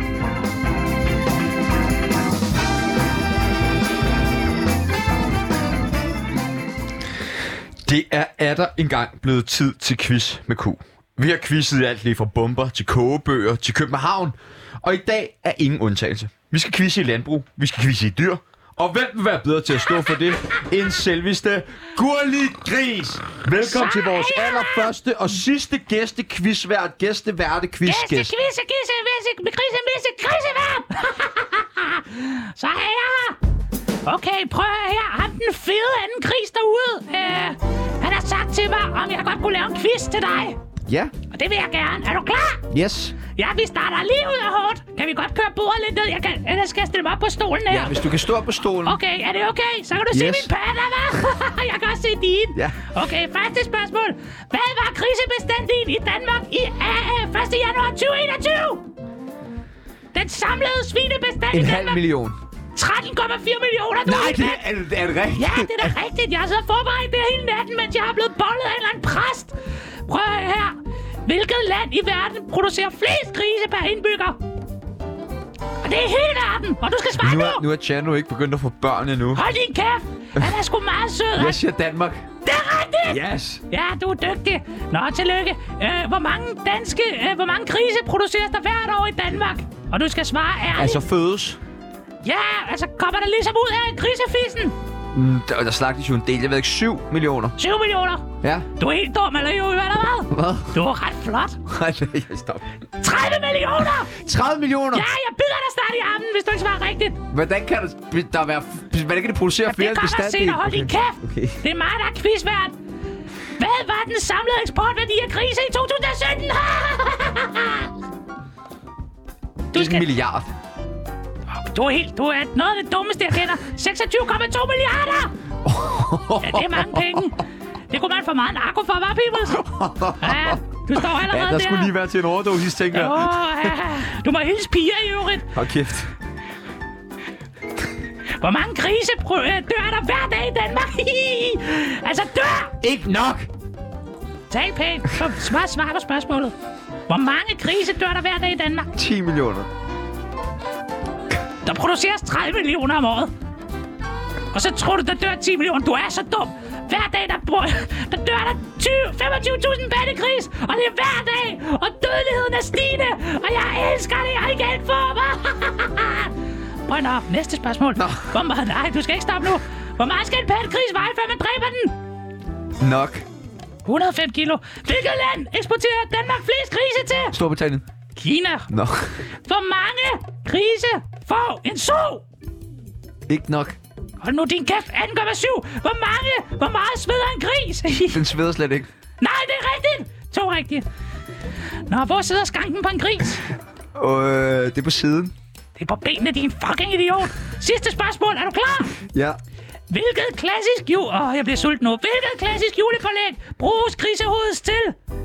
B: Det er atter engang blevet tid til quiz med Q. Vi har quizzet alt lige fra bomber til kogebøger til København. Og i dag er ingen undtagelse. Vi skal quizze i landbrug, vi skal quizze i dyr. Og hvem vil være bedre til at stå for det end selveste Gurli Gris? Velkommen til vores allerførste og sidste gæsteværte quizgæst.
E: Så er jeg her. Okay, prøv her. Ham den fede anden gris derude. Han har sagt til mig, om jeg godt kunne lave en quiz til dig.
B: Ja.
E: Og det vil jeg gerne. Er du klar?
B: Yes.
E: Ja, vi starter lige ud af hårdt. Kan vi godt køre bordet lidt ned? Ellers skal jeg stille mig op på stolen her.
B: Ja, hvis du kan stå op på stolen.
E: Okay, er det okay? Så kan du se min patter, hva'? Jeg kan også se din.
B: Ja.
E: Okay, første spørgsmål. Hvad var krisebestanden i Danmark i 1. januar 2021? Den samlede svinebestand i Danmark.
B: 500.000.
E: 13,4 millioner.
B: Nej, det er rigtigt.
E: Ja, det er da rigtigt. Jeg har så forberedt det hele natten, mens jeg har blevet bollet af en eller anden præst. Prøv her. Hvilket land i verden producerer flest grise per indbygger? Og det er hele verden, og du skal svare nu.
B: Nu er Tjano ikke begyndt at få børn endnu.
E: Hold din kæft. Han er sgu meget sød.
B: Jeg siger Danmark.
E: Det er rigtigt.
B: Yes.
E: Ja, du er dygtig. Nå, tillykke. Hvor mange grise produceres der hvert år i Danmark? Og du skal svare ærligt.
B: Altså fødes.
E: Ja, altså kommer der ligesom ud af grisefisen?
B: Der slagtes jo en del. Jeg ved ikke, 7 millioner.
E: 7 millioner?
B: Ja.
E: Du er helt dum, eller jo, eller hvad?
B: Hvad?
E: Du er ret flot.
B: Nej, stop.
E: 30 millioner!
B: 30 millioner?
E: Ja, jeg bider dig snart i armen, hvis du ikke svarer rigtigt.
B: Hvordan kan der være... Hvordan kan det producere flere bestanddele?
E: Det kommer senere. Hold din kæft. Okay. Det er mig, der er quizvært. Hvad var den samlede eksportværdi af grise i 2017?
B: En milliard.
E: Du er noget af det dummeste, jeg kender. 26,2 milliarder! Ja, det er mange penge. Det kunne man få meget narko for, hva', Pibels? Ja, du står allerede der.
B: Ja, der skulle lige være til en overdosis, tænker jeg.
E: Ja. Du må hilse piger i øvrigt.
B: Hold kæft.
E: Hvor mange grise dør der hver dag i Danmark? Altså, dør!
B: Ikke nok!
E: Tal pænt. Svar på spørgsmålet. Hvor mange grise dør der hver dag i Danmark?
B: 10 millioner.
E: Der produceres 30 millioner om året. Og så tror du, der dør 10 millioner. Du er så dum. Hver dag, der dør der 25.000 pattegris. Og det er hver dag. Og dødeligheden er stigende. Og jeg elsker det. Jeg har ikke alt for mig. Prøv nå. Næste spørgsmål. Hvor meget? Nej, du skal ikke stoppe nu. Hvor meget skal en pattegris veje, før man dræber den?
B: Nok.
E: 105 kilo. Hvilket land eksporterer Danmark flest grise til?
B: Storbritannien.
E: Kina.
B: Nå.
E: Hvor mange grise får en so?
B: Ikke nok.
E: Hold nu din kæft. 18,7. Hvor meget sveder en gris?
B: Den sveder slet ikke.
E: Nej, det er rigtigt. 2 rigtigt. Nå, hvor sidder skanken på en gris?
B: Det er på siden.
E: Det er på benene, din fucking idiot. Sidste spørgsmål. Er du klar?
B: Ja.
E: Hvilket klassisk jeg bliver sulten nu. Hvilket klassisk julepålæg bruges grisehovedet til?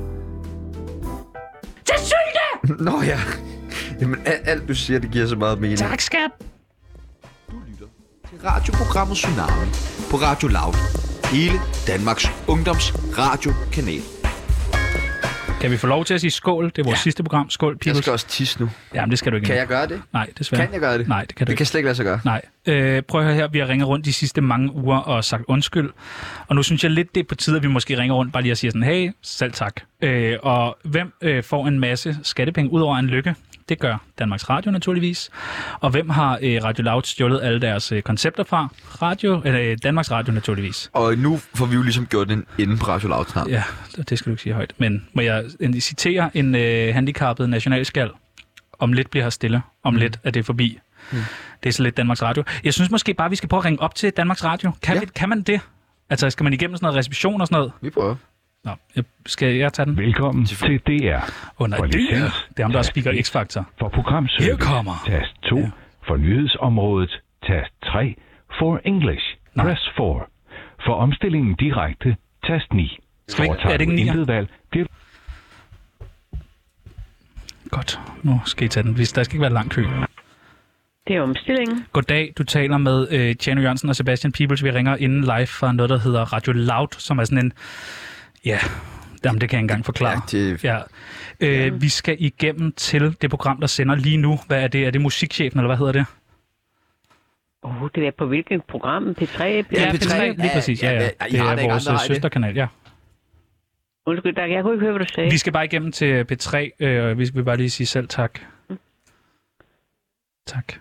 E: Til sylte!
B: Nå ja. Jamen, alt du siger, det giver så meget mening.
E: Tak, skat.
B: Du lytter til radioprogrammet Tsunami på Radio Loud. Hele Danmarks ungdoms radiokanal.
A: Kan vi få lov til at sige skål? Det er vores sidste program. Skål, Pibels.
B: Jeg skal også tisse nu.
A: Jamen, det skal du ikke.
B: Kan jeg gøre det?
A: Nej, desværre.
B: Kan jeg gøre det?
A: Nej, det kan du
B: ikke. Det kan slet ikke lade sig gøre.
A: Nej.
E: Prøv at høre her, vi har ringet rundt de sidste mange uger og sagt undskyld. Og nu synes jeg lidt, det er på tide, at vi måske ringer rundt bare lige og siger sådan, hey, selv tak. Og hvem får en masse skattepenge ud over en lykke? Det gør Danmarks Radio naturligvis. Og hvem har Radio Loud stjålet alle deres koncepter fra? Danmarks Radio naturligvis.
B: Og nu får vi jo ligesom gjort den inden på Radio Loud snart.
E: Ja, det skal du ikke sige højt. Men må jeg citere en handicappet nationalskal? Om lidt bliver her stille. Om lidt er det forbi. Det er så lidt Danmarks Radio. Jeg synes måske bare, vi skal prøve at ringe op til Danmarks Radio. Kan man det? Altså, skal man igennem sådan noget reception og sådan noget?
B: Vi prøver.
E: Nå, skal jeg tage den?
F: Velkommen til DR.
E: Nej, det er ham, der speaker X-Factor.
F: For programservice.
E: Her kommer.
F: Tast 2. Ja. For nyhedsområdet. Tast 3. For English.
E: Nej.
F: Press 4. For omstillingen direkte. Tast 9.
E: Skal vi ikke? Er det ikke 9?
F: Valg, bliver...
E: Godt, nu skal I tage den. Der skal ikke være lang kø.
G: Det er omstillingen.
E: Goddag, du taler med Tjano Jørgensen og Sebastian Peebles. Vi ringer inden live fra noget, der hedder Radio Loud, som er sådan en... Ja, jamen, det kan jeg ikke engang forklare. Ja. Vi skal igennem til det program, der sender lige nu. Hvad er det? Er det musikchefen, eller hvad hedder det?
G: Det er på hvilket program? P3?
E: Ja, P3, lige præcis. Ja. Det er vores søsterkanal, ja.
G: Undskyld, jeg kunne ikke høre, hvad du sagde.
E: Vi skal bare igennem til P3, og vi skal bare lige sige selv tak. Tak.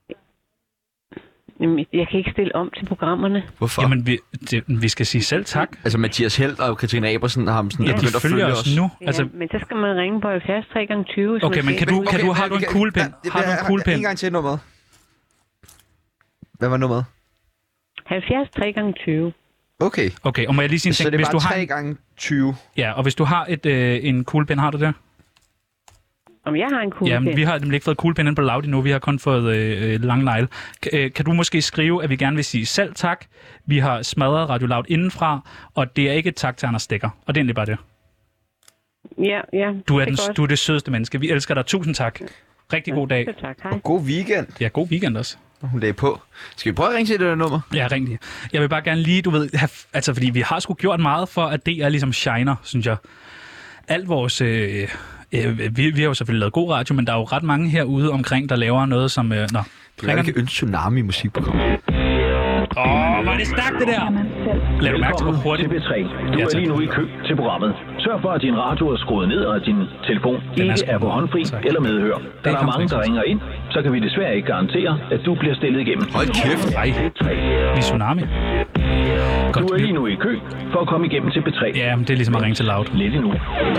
G: Jamen, jeg kan ikke stille om til programmerne.
B: Hvorfor?
E: Jamen, vi skal sige selv tak.
B: Altså, Mathias Helt og Katrine Abersen har sådan begyndt at følge os
E: nu.
G: Ja, altså... men så skal man ringe på 70 3x20.
E: Okay, men har du en kuglepen? Har du en kuglepen?
B: En gang til nummeret. Hvad var nummeret?
G: 70 3x20.
B: Okay,
E: og må jeg lige sige en ting?
B: Så det er bare 3 gange 20.
E: Ja, og hvis du har en kuglepen, har du det?
G: Om jeg har en kuglepen?
E: Ja, vi har nemlig ikke fået kuglepen ind på Loud endnu. Vi har kun fået lang negle. Kan du måske skrive, at vi gerne vil sige selv tak? Vi har smadret Radio Loud indenfra, og det er ikke et tak til Anders Stikker. Og det er egentlig bare det.
G: Ja.
E: Du er det sødeste menneske. Vi elsker dig. Tusind tak. Rigtig god dag.
G: Tak, hej.
B: Og god weekend.
E: Ja, god weekend også.
B: Hun lagde på. Skal vi prøve at ringe til det der nummer?
E: Ja, ring lige. Jeg vil bare gerne lige, du ved, fordi vi har sgu gjort meget for, at DR ligesom shiner, synes jeg. Alt vores... vi har jo selvfølgelig lavet god radio, men der er jo ret mange herude omkring, der laver noget som...
B: Du kan ikke ønske Tsunami musikprogram.
E: Hvor er det stærkt, det der! Lad du mærke til, hvor hurtigt...
H: Du er lige nu i kø til programmet. Sørg for, at din radio er skruet ned, og din telefon ikke er på håndfri eller medhør. Da der er mange, der ringer ind, så kan vi desværre ikke garantere, at du bliver stillet igennem.
B: Hold kæft!
E: Nej, vi er Tsunami.
H: Godt, du er lige nu i kø for at komme igennem til P3.
E: Ja, men det er ligesom at ringe til Loud.
H: Lidt endnu.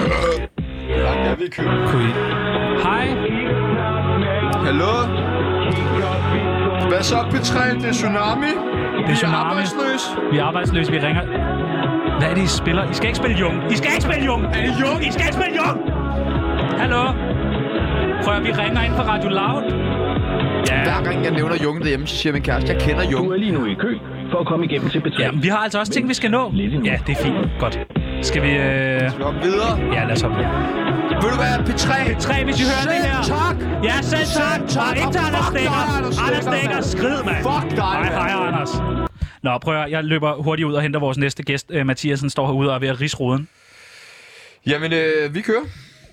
E: Hej.
B: Hallo? Hvad så, P3? Det er Tsunami.
E: Det er Tsunami. Vi er arbejdsløse. Vi ringer. Hvad er det, I spiller? I skal ikke spille Jung. I skal ikke spille Jung. Er det Jung? I skal ikke spille Jung. Hallo? Prøv at vi ringer ind fra Radio Loud.
B: Ja. Hver gang jeg nævner Jung derhjemme, så siger min kæreste, jeg kender Jung.
H: Du er lige nu i kø for at komme igennem til P3.
E: Ja, vi har altså også ting, vi skal nå. Ja, det er fint. Godt. Skal vi...
B: Skal vi hoppe videre?
E: Ja, lad os hoppe videre.
B: Vil du være P3?
E: P3, hvis I hører det her.
B: Tak!
E: Ja, selv tak! Og ikke til Anders Stikker. Anders Stikker, skrid, mand.
B: Fuck dig,
E: hej, Anders. Nå, prøv at jeg løber hurtigt ud og henter vores næste gæst. Mathiasen står herude og er ved at ridse ruden.
B: Jamen, vi kører.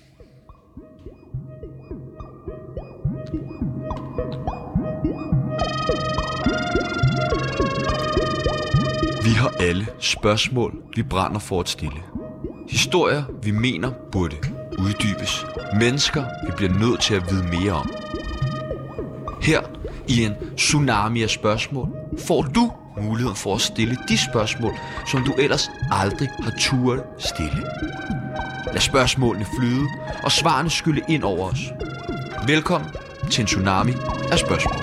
B: Vi har alle spørgsmål, vi brænder for at stille. Historier, vi mener burde uddybes. Mennesker, vi bliver nødt til at vide mere om. Her i en tsunami af spørgsmål får du muligheden for at stille de spørgsmål, som du ellers aldrig har turet stille. Lad spørgsmålene flyde, og svarene skylle ind over os. Velkommen til en tsunami af spørgsmål.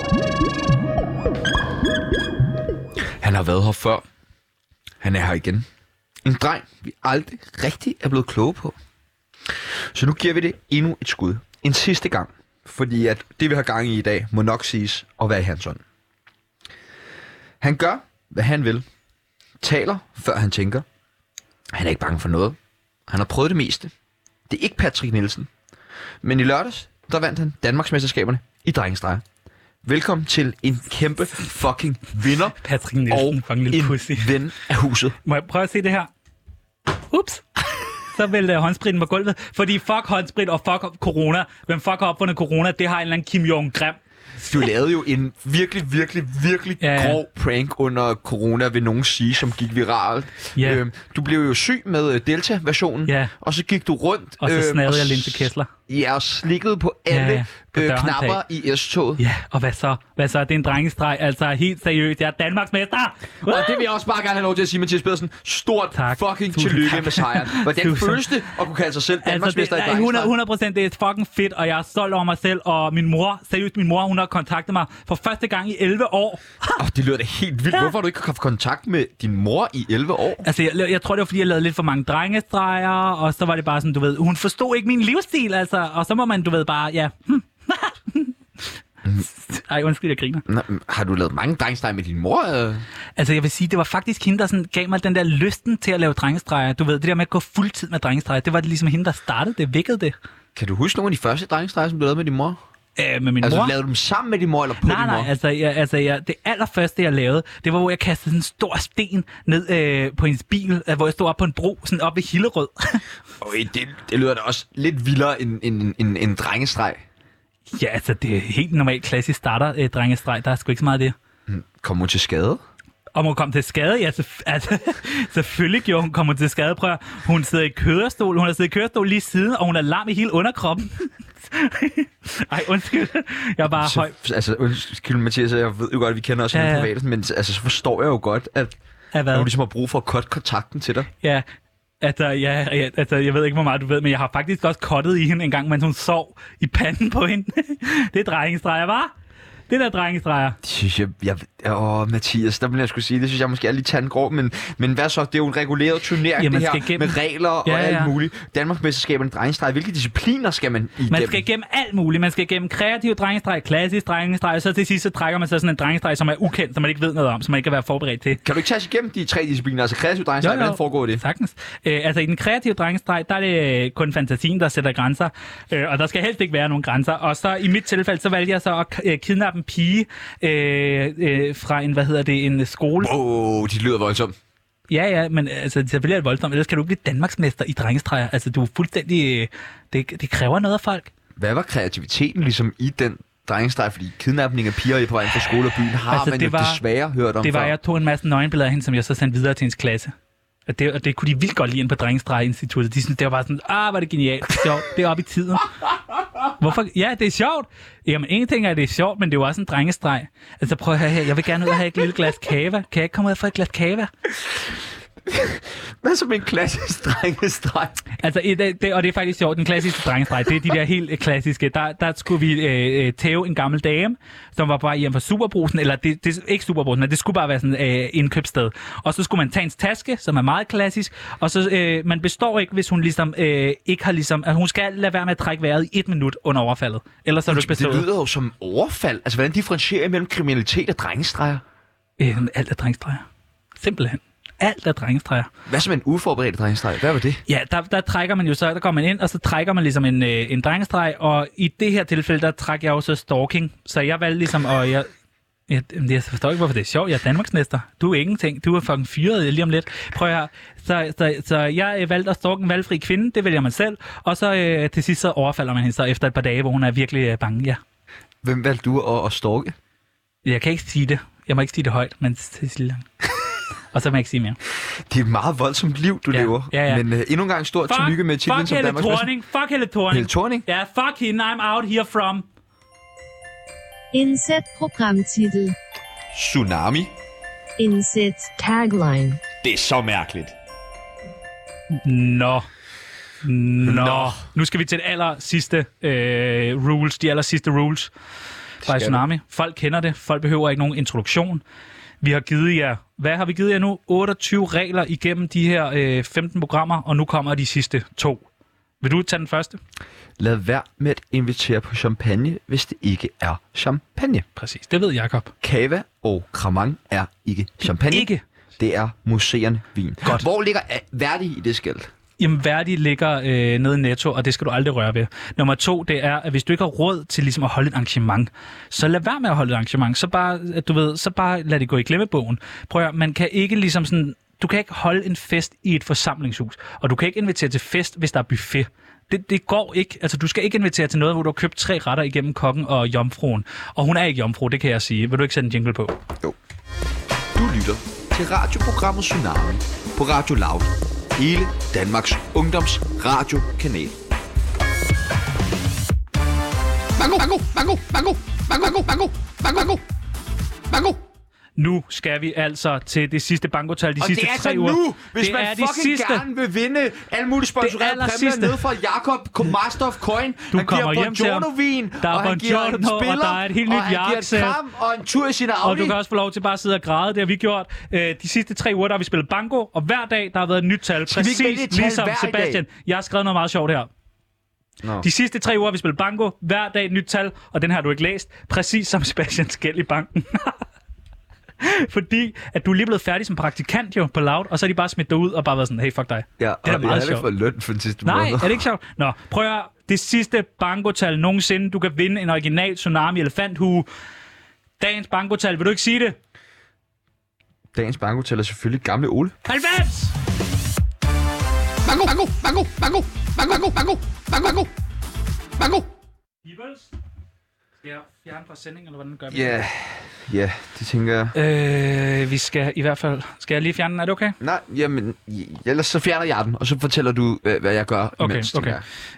B: Han har været her før. Han er her igen. En dreng, vi aldrig rigtig er blevet kloge på. Så nu giver vi det endnu et skud. En sidste gang. Fordi at det, vi har gang i dag, må nok siges at være i hans ånd. Han gør, hvad han vil. Taler, før han tænker. Han er ikke bange for noget. Han har prøvet det meste. Det er ikke Patrick Nielsen. Men i lørdags, der vandt han Danmarksmesterskaberne i drengestreger. Velkommen til en kæmpe fucking vinder.
E: Patrick Nielsen,
B: og en ven af huset.
E: Må jeg prøve at se det her? Ups. Så vælter jeg håndspritten på gulvet. Fordi fuck håndsprit og fuck corona. Hvem fuck har opfundet corona? Det har en eller anden Kim Jong-Grim.
B: Du lavede jo en virkelig grov prank under corona, vil nogen sige, som gik viralt.
E: Ja.
B: Du blev jo syg med Delta-versionen, og så gik du rundt...
E: Og så snavede jeg Linse Kessler.
B: Ja, og slikkede på alle knapper i S-toget.
E: Ja, og hvad så? Det er en drengestreg, altså helt seriøst. Jeg er Danmarksmester!
B: Og det vil jeg også bare gerne have lov til at sige, Mathias Pedersen. Stort fucking tillykke med sejren. Hvordan føles det at kunne kalde sig selv Danmarksmester i drengestreg?
E: 100%, det er fucking fedt, og jeg er stolt over mig selv. Og min mor, hun har kontaktet mig for første gang i 11 år.
B: Det lyder da helt vildt. Hvorfor har du ikke haft kontakt med din mor i 11 år?
E: Altså, jeg tror, det var, fordi jeg lavede lidt for mange drengestreger, og så var det bare sådan, du ved, hun forstod ikke min livsstil, altså. Og så må man, du ved, bare, Ej, undskyld, jeg griner.
B: Nå, har du lavet mange drengestreger med din mor?
E: Altså, jeg vil sige, det var faktisk hende, der sådan gav mig den der lysten til at lave drengestreger. Du ved, det der med at gå fuldtid med drengestreger, det var ligesom hende, der startede det, vækkede det.
B: Kan du huske nogle af de første drengestreger, som du lavede med din mor?
E: Med min mor?
B: Lavede du dem sammen med din mor eller på din mor?
E: Nej, det allerførste, jeg lavede, det var, hvor jeg kastede sådan en stor sten ned på hendes bil, hvor jeg stod op på en bro, sådan op ved Hillerød.
B: Det lyder da også lidt vildere end en drengestreg.
E: Ja, altså, det er helt normalt klassisk starter drengestreg. Der er sgu ikke så meget af det.
B: Kom hun til skade?
E: Om hun kom til skade? Ja, selvfølgelig gjorde hun kommer til skade. Prøv, hun sidder i kørestol. Hun har siddet i kørestol lige siden, og hun er lam i hele underkroppen. Ej, undskyld. Jeg er bare høj.
B: Altså, undskyld, Mathias, jeg ved jo godt, at vi kender os i privat, men altså, så forstår jeg jo godt, at hun ligesom har brug for at cutte kontakten til dig.
E: Ja. Altså, jeg ved ikke, hvor meget du ved, men jeg har faktisk også cuttet i hende en gang, mens hun sov i panden på hende. Det er drengestreger, hva'? Det der drengestreger.
B: Mathias, der vil jeg skulle sige, det synes jeg måske er lidt tandgrov, men hvad så? Det er jo en reguleret turnering, det her, med regler og alt muligt. Danmarksmesterskaberne drengestreger, hvilke discipliner skal man igennem?
E: Man skal igennem alt muligt. Man skal igennem kreativ drengestreg, klassisk drengestreg, og så til sidst så trækker man så sådan en drengestreg, som er ukendt, som man ikke ved noget om, som man ikke kan være forberedt til.
B: Kan du ikke tage os igennem de 3 discipliner, altså kreativ drengestreg, hvordan foregår det?
E: Sagtens. Altså i den kreative drengestreg, der er det kun fantasien, der sætter grænser, og der skal helst ikke være nogen grænser. Og så i mit tilfælde, så valgte jeg så at kidnappe en pige fra en skole.
B: De lyder voldsomt.
E: Ja, men altså, selvfølgelig er det voldsomt. Ellers kan du ikke blive Danmarksmester i drengestreger. Altså, du er fuldstændig... Det kræver noget af folk. Hvad
B: var kreativiteten ligesom i den drengestreg? Fordi kidnapning af piger på vejen fra skole og byen har man jo desværre hørt om.
E: Det var, jeg tog en masse nøgenbilleder af hende, som jeg så sendte videre til hendes klasse. Og det kunne de vildt godt lide inde på Drengestreger-instituttet. De synes, det var bare sådan, var det genialt. Sjovt. Det er oppe i tiden. Hvorfor? Ja, det er sjovt. Jamen, en ting er, det er sjovt, men det er jo også en drengestreg. Altså, prøv at høre her. Jeg vil gerne ud og have et lille glas kava. Kan jeg ikke komme ud og få et glas kava?
B: Hvad som en klassisk drengestreg?
E: Altså, og det er faktisk sjovt, den klassiske drengestreg, det er de der helt klassiske. Der skulle vi tæve en gammel dame, som var bare hjem fra Superbrusen, eller det er ikke Superbrusen, men det skulle bare være sådan et indkøbssted. Og så skulle man tage en taske, som er meget klassisk, og så man består ikke, hvis hun ligesom ikke har ligesom... Altså, hun skal lade være med at trække vejret i 1 minut under overfaldet. Ellers er du ikke bestået.
B: Det lyder jo som overfald. Altså, hvordan differentierer I mellem kriminalitet og drengestreger?
E: Alt er drengestreger. Simpelthen. Alt er drengestreger.
B: Hvad som en uforberedt drengestreg? Hvad var det?
E: Ja, der trækker man jo så, der går man ind, og så trækker man ligesom en drengestreg, og i det her tilfælde, der trækker jeg også stalking. Så jeg valgte ligesom, og jeg forstår ikke, hvorfor det er sjovt. Jeg er Danmarksmester. Du er ingenting. Du er fucking fyret lige om lidt. Prøv her. Så jeg valgte at stalke en valgfri kvinde. Det vælger man selv. Og så til sidst så overfalder man hende så efter et par dage, hvor hun er virkelig bange. Ja.
B: Hvem valgte du at stalke?
E: Jeg kan ikke sige det. Jeg må ikke sige det højt, men Cecilia. Og så må jeg ikke sige mere.
B: Det er et meget voldsomt liv, du lever.
E: Ja.
B: Men endnu en gang stort tillykke med titlen som Danmarksmester.
E: Fuck Helle Thorning.
B: Helle Thorning?
E: Ja, fuck hende. I'm out here from.
C: Indsæt programtitel.
B: Tsunami.
C: Indsæt tagline.
B: Det er så mærkeligt.
E: Nå. Nu skal vi til det aller sidste rules. De aller sidste rules fra Tsunami. Folk kender det. Folk behøver ikke nogen introduktion. Vi har givet jer, hvad har vi givet jer nu? 28 regler igennem de her 15 programmer, og nu kommer de sidste 2. Vil du tage den første?
B: Lad være med at invitere på champagne, hvis det ikke er champagne.
E: Præcis, det ved Jacob.
B: Cava og Cremant er ikke champagne.
E: Ikke.
B: Det er museerne vin.
E: Godt.
B: Hvor ligger Verdi i det skilt?
E: Jamen, Verdi ligger nede i Netto, og det skal du aldrig røre ved. Nummer 2, det er, at hvis du ikke har råd til ligesom at holde et arrangement, så lad være med at holde et arrangement. Så bare lad det gå i glemmebogen. Prøv at, man kan ikke ligesom sådan... Du kan ikke holde en fest i et forsamlingshus, og du kan ikke invitere til fest, hvis der er buffet. det går ikke. Altså, du skal ikke invitere til noget, hvor du har købt 3 retter igennem kokken og jomfruen. Og hun er ikke jomfru, det kan jeg sige. Vil du ikke sætte en jingle på?
B: Jo. Du lytter til radioprogrammet Tsunami på Radio Loud. Hele Danmarks ungdoms radiokanal. Mango, mango, mango, mango, mango, mango, mango, mango, mango.
E: Nu skal vi altså til det sidste bankotal de sidste 3 uger.
B: Og det er altså nu, hvis
E: det
B: man
E: er
B: fucking sidste. Gerne vil vinde alle mulige sponsorerede præmier ned fra Jakob, Master of Coin.
E: Du
B: han
E: kommer
B: giver
E: hjem til ham.
B: Vin,
E: der er
B: og han giver en spiller,
E: og der er et helt nyt
B: og han giver et kram og en tur i sin Audi.
E: Og du kan også få lov til bare at sidde og græde. Det har vi gjort. De sidste 3 uger, der har vi spillet banko, og hver dag, der har været et nyt tal. Præcis ligesom Sebastian. Jeg har skrevet noget meget sjovt her. No. De sidste 3 uger har vi spillet banko, hver dag et nyt tal, og den har du ikke læst. Præcis som Sebastians gæld i banken. Fordi at du er lige blevet færdig som praktikant jo på Loud, og så er de bare smidt dig ud og bare været sådan, hey, fuck dig.
B: Ja,
E: det er meget sjovt.
B: Jeg har fået løn for den sidste
E: måned.
B: Nej,
E: er det ikke sjovt? Nå, prøv at høre. Det sidste bankotal nogensinde. Du kan vinde en original Tsunami elefanthue. Dagens bankotal, vil du ikke sige det?
B: Dagens bankotal er selvfølgelig gamle Ole.
E: 90!
B: Banko, banko, banko, banko, banko, banko, banko, banko, banko.
E: Skal jeg fjerne fra sending, eller hvordan gør vi?
B: Ja, det tænker jeg.
E: Vi skal i hvert fald... Skal jeg lige fjerne den? Er det okay?
B: Nej, jamen... Ellers så fjerner jeg den, og så fortæller du, hvad jeg gør imens.
E: Okay.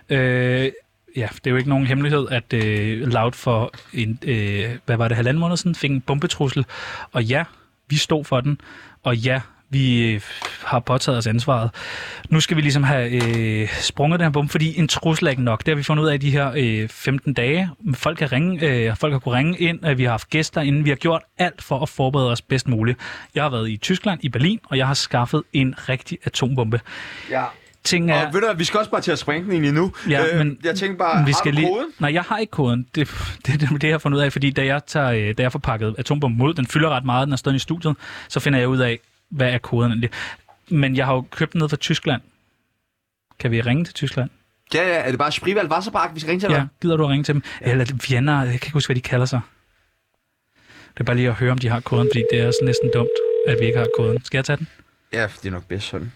E: Ja, det er jo ikke nogen hemmelighed, at Loud for en... hvad var det, 1,5 måned siden, fik en bombetrussel. Og ja, vi stod for den. Og ja, vi har påtaget os ansvaret. Nu skal vi ligesom have sprunget den her bombe, fordi en trussel er ikke nok. Det har vi fundet ud af i de her 15 dage. Folk har kunnet ringe ind, vi har haft gæster inden. Vi har gjort alt for at forberede os bedst muligt. Jeg har været i Tyskland, i Berlin, og jeg har skaffet en rigtig atombombe.
B: Ja.
E: Og
B: ved du, vi skal også bare til at sprænge den egentlig nu.
E: Ja, men
B: jeg tænker bare,
E: vi skal
B: har du koden?
E: Nej, jeg har ikke koden. Det jeg har fundet ud af, fordi da jeg får pakket atombomben ud, den fylder ret meget, den er stået i studiet, så finder jeg ud af, hvad er koden egentlig. Men jeg har jo købt den ned fra Tyskland. Kan vi ringe til Tyskland?
B: Ja, er det bare Sprival Wasserpark, vi skal ringe til dig?
E: Ja, gider du at ringe til dem? Ja. Eller Vienna, jeg kan ikke huske, hvad de kalder sig. Det er bare lige at høre, om de har koden, fordi det er også næsten dumt, at vi ikke har koden. Skal jeg tage den?
B: Ja, det er nok bedst sådan.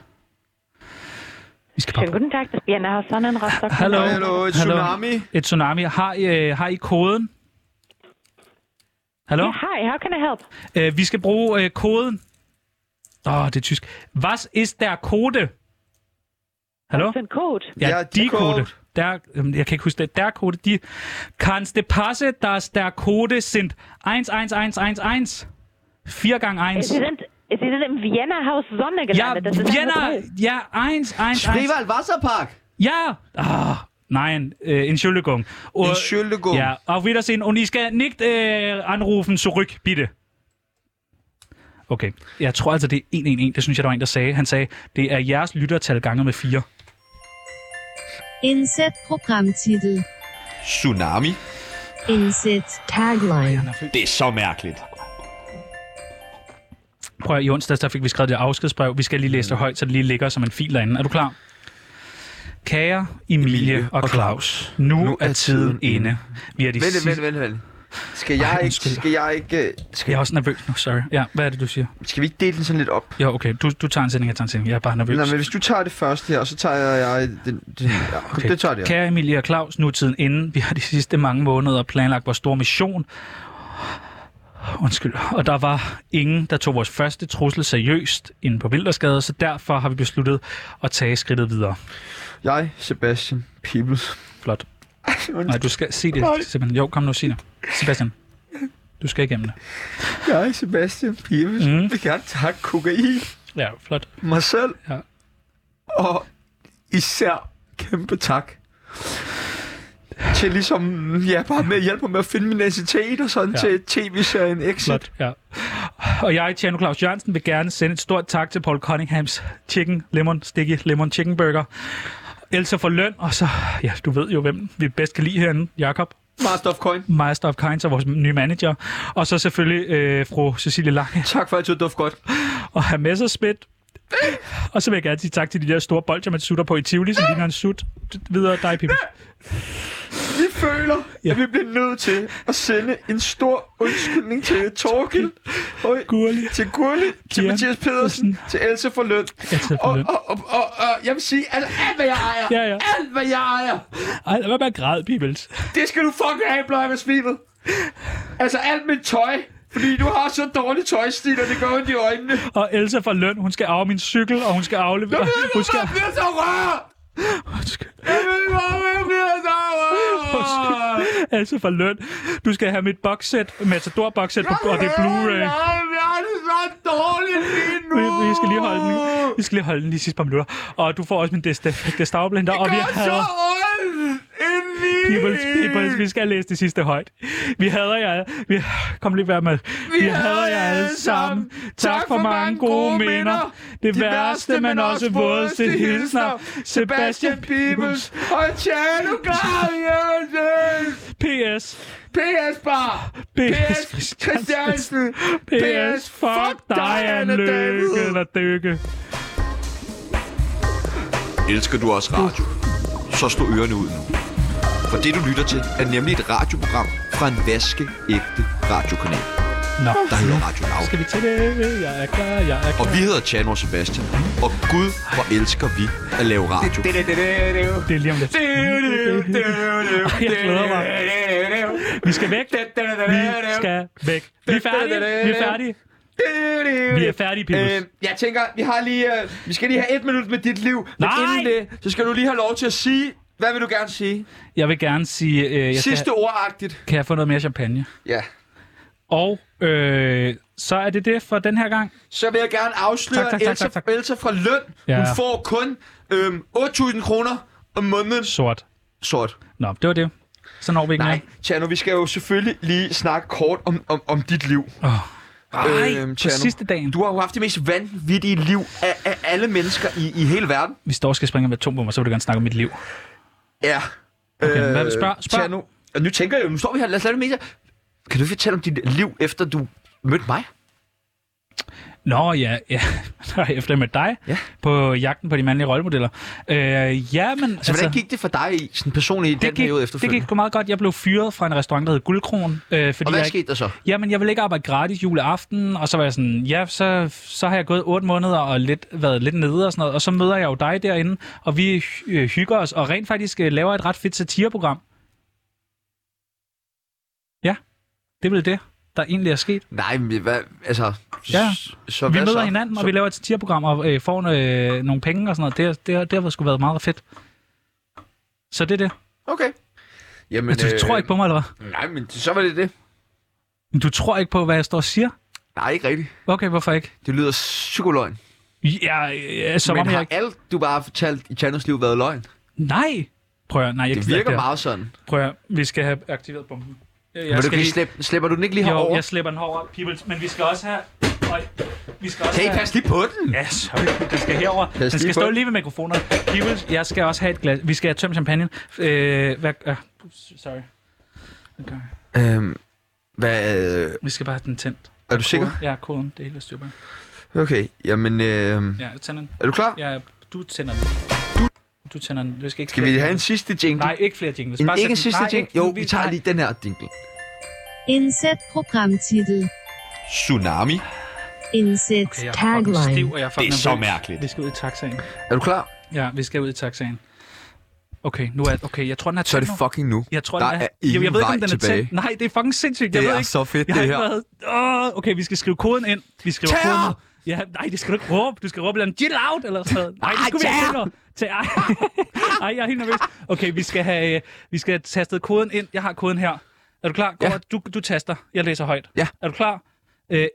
E: Vi skal bare...
G: Guten Tag, das Vienna har sådan en Rostock.
B: Hallo, et tsunami.
E: Et tsunami. Har I koden? Hallo?
G: Yeah, hi, how can I help?
E: Vi skal bruge koden. Det er tysk. Was ist der Code? Hallo?
G: What's the code?
E: Ja, die Code. Jeg kan ikke huske det. Der Code. Die. Kannst det passe, dass der Code sind 11111? 4 gange 1.
G: Sie sind im Vienna-Haus Sonne gelandet.
E: Ja,
G: das ist
E: Vienna. Ja, 111.
B: Sprival Wasserpark.
E: Ja. Nein, Entschuldigung.
B: Entschuldigung.
E: Ja, auf Wiedersehen. Und ich skal nicht anrufen zurück, bitte. Okay, jeg tror altså, det er 111. Det synes jeg, der var en, der sagde. Han sagde, det er jeres lyttertal ganget med 4.
C: Indsæt programtitel.
B: Tsunami.
C: Indsæt tagline.
B: Det er så mærkeligt.
E: Prøv i onsdags, der fik vi skrevet det afskedsbrev. Vi skal lige læse det højt, så det lige ligger som en fil derinde. Er du klar? Kære Emilie og Claus, nu er tiden inde. Vi er de
B: Vent. Skal jeg ikke...
E: Jeg er også nervøs nu, sorry. Ja, hvad er det, du siger?
B: Skal vi ikke dele den sådan lidt op?
E: Jo, okay. Du tager en sending, jeg tager en sending. Jeg er bare nervøs.
B: Nej, men hvis du tager det først her, og så tager jeg den okay. Det tager det her.
E: Kære Emilie og Claus, nu er tiden inde. Vi har de sidste mange måneder planlagt vores store mission. Undskyld. Og der var ingen, der tog vores første trussel seriøst inde på Wildersgade, så derfor har vi besluttet at tage skridtet videre.
B: Jeg, Sebastian Peebles.
E: Flot. Nej, du skal sige det, Sebastian. Jo, kom nu, sig det. Sebastian, du skal igennem det.
B: Jeg, Sebastian Peebles, vil gerne takke kokain.
E: Ja, flot.
B: Mig selv.
E: Ja.
B: Og især kæmpe tak til ligesom, bare med at hjælpe med at finde min identitet og sådan til tv-serien Exit.
E: Flot, ja. Og jeg, Tjerno Claus Jørgensen, vil gerne sende et stort tak til Paul Cunninghams Sticky Lemon Chicken Burger. Elsa for løn, og så, du ved jo, hvem vi bedst kan lide herinde, Jakob. Master of Coin, så vores nye manager. Og så selvfølgelig fru Cecilie Lange.
B: Tak for altid duft godt.
E: Og Herr Messerschmidt. Og så vil jeg gerne sige tak til de der store bolcher, man sutter på i Tivoli, som ligner en sut. Videre dig, Pippi.
B: Vi føler, at vi bliver nødt til at sende en stor undskyldning til Torgild, til Gurli, til Mathias Pedersen, til Else for Løn. Og jeg vil sige, altså alt hvad jeg ejer, alt hvad jeg ejer.
E: Ej, hvad med græd, Pibels?
B: Det skal du fucking have, bløj med smilet. Altså alt mit tøj. Fordi du har så dårlig tøjstil, og det går ondt i øjnene.
E: Og Elsa for Løn, hun skal arve min cykel, og hun skal aflevere...
B: Jeg ved ikke, jeg bliver så rørt! Jeg ved ikke, jeg bliver så rørt!
E: Elsa for Løn, du skal have mit boxset, Matador-boxset, og det er Blu-ray.
B: Nej, jeg er så dårligt lige nu!
E: Vi skal lige holde den de sidste par minutter. Og du får også min Gestapo-blender, og vi har... Peoples, vi skal læse det sidste højt. Vi hader jer. Kom lige være med. Vi hader jer alle sammen. Tak for mange gode minder. Det værste, men også vådeste hilsner. Sebastian Peoples
B: og Tjano
E: P.S.
B: P.S. Bar. P.S. Christiansen.
E: P.S. Fuck dig, Anne Lykke.
B: Elsker du også radio? Så slå ørerne ud nu. For det, du lytter til, er nemlig et radioprogram fra en vaskeægte radiokanal. Der hedder Radio Loud.
E: Skal vi til det? Jeg er klar.
B: Og vi hedder Tjano og Sebastian. Og Gud, hvor elsker vi at lave radio.
E: Det er lige om lidt. Jeg glæder mig. Vi skal væk. Vi er færdige. Vi er færdige, Pibels.
B: Jeg tænker, vi skal lige have 1 minut med dit liv. Men inden det, så skal du lige have lov til at sige... Hvad vil du gerne sige?
E: Jeg vil gerne sige...
B: Sidste ordagtigt.
E: Kan jeg få noget mere champagne?
B: Ja.
E: Og så er det for den her gang.
B: Så vil jeg gerne afsløre tak. Elsa fra Løn.
E: Ja.
B: Hun får kun 8.000 kroner om måneden.
E: Sort. Nå, det var det. Så når vi ikke
B: Nej, Tjano, vi skal jo selvfølgelig lige snakke kort om dit liv.
E: På sidste dagen.
B: Du har jo haft det mest vanvittige liv af alle mennesker i hele verden.
E: Hvis du også skal springe med atombomber, så vil du gerne snakke om mit liv.
B: Ja.
E: Okay, spørg.
B: Tjano, og nu tænker jeg jo, nu står vi her, lad os lade det med. Kan du fortælle om dit liv, efter du mødte mig?
E: Nå, ja. Efter jeg mødte dig på jagten på de mandlige rollemodeller. Men
B: så hvordan gik det for dig i sådan personligt i den periode efterfølgende?
E: Det gik sgu meget godt. Jeg blev fyret fra en restaurant, der hed Guldkron.
B: Og hvad skete der så?
E: Jamen, jeg ville ikke arbejde gratis juleaften, og så var jeg sådan, så har jeg gået 8 måneder og været lidt nede og sådan noget, og så møder jeg jo dig derinde, og vi hygger os, og rent faktisk laver et ret fedt satireprogram. Ja, det er vel det, der egentlig er sket.
B: Nej, men hvad, altså...
E: Ja,
B: så
E: vi møder hinanden, og vi laver et satireprogram, og får nogle penge og sådan noget. Det har sgu været meget fedt. Så det er det.
B: Okay. Jamen,
E: du tror ikke på mig, eller hvad?
B: Nej, men så var det det.
E: Men du tror ikke på, hvad jeg står og siger?
B: Nej, ikke rigtigt.
E: Okay, hvorfor ikke?
B: Det lyder psykoløgn.
E: Ja, som
B: men
E: om jeg
B: har
E: ikke...
B: alt, du bare har fortalt i Chanos liv, været løgn?
E: Nej.
B: Det virker meget sådan.
E: Prøv at vi skal have aktiveret bomben.
B: Slipper du den ikke lige herover?
E: Jo, jeg slipper den herover, Peoples, men vi skal også have...
B: Pas lige på den!
E: Ja, sorry, den skal herover. Den skal stå lige ved mikrofonen. Peoples, jeg skal også have et glas. Vi skal have tømt champagne. Sorry.
B: Okay.
E: Vi skal bare have den tændt.
B: Er du sikker?
E: Ja, koden. Det er hele styr på.
B: Okay, jamen...
E: Ja, jeg tænder den.
B: Er du klar?
E: Ja, du tænder den. Du tænder den.
B: Skal vi have en sidste jingle?
E: Nej, ikke flere jingles.
B: Ikke en sidste jingle? Jo, vi tager lige den her jingle.
C: Indsæt programtitel.
B: Tsunami.
C: Indsæt tagline.
B: Det er så mærkeligt.
E: Vi skal ud i taxaen.
B: Er du klar?
E: Ja, vi skal ud i taxaen. Okay, jeg tror, den er tændt.
B: Så er det fucking nu.
E: Jeg tror,
B: der er ingen vej tilbage.
E: Nej, det er fucking sindssygt.
B: Det er så fedt, det her.
E: Okay, vi skal skrive koden ind. Vi skriver koden ind. Ja, nej, det skal du ikke råbe. Du skal råbe en chill out eller sådan noget. Nej, det skulle vi ikke. Ej, jeg er helt nervøs. Okay, vi skal have tastet koden ind. Jeg har koden her. Er du klar? Ja. Du taster. Jeg læser højt.
B: Ja.
E: Er du klar? 1.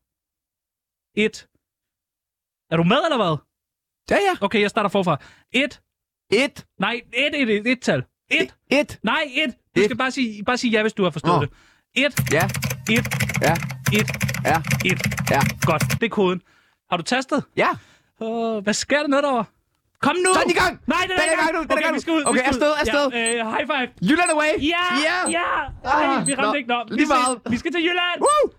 E: Er du med, eller hvad?
B: Ja.
E: Okay, jeg starter forfra. 1. Nej, 1 tal.
B: 1.
E: Nej, 1. Du skal bare sige ja, hvis du har forstået det. 1.
B: Ja.
E: 1.
B: Ja.
E: 1.
B: Ja.
E: 1.
B: Ja.
E: Godt, det er koden. Har du tastet?
B: Ja.
E: Hvad sker der ned derovre? Kom nu!
B: Så er den i gang!
E: Nej, den er i gang nu! Okay, vi skal ud.
B: Okay, afsted.
E: High five!
B: Jylland away!
E: Ja! Ej, vi ramte ikke nok.
B: Lige meget.
E: Vi skal til Jylland!
B: Woo!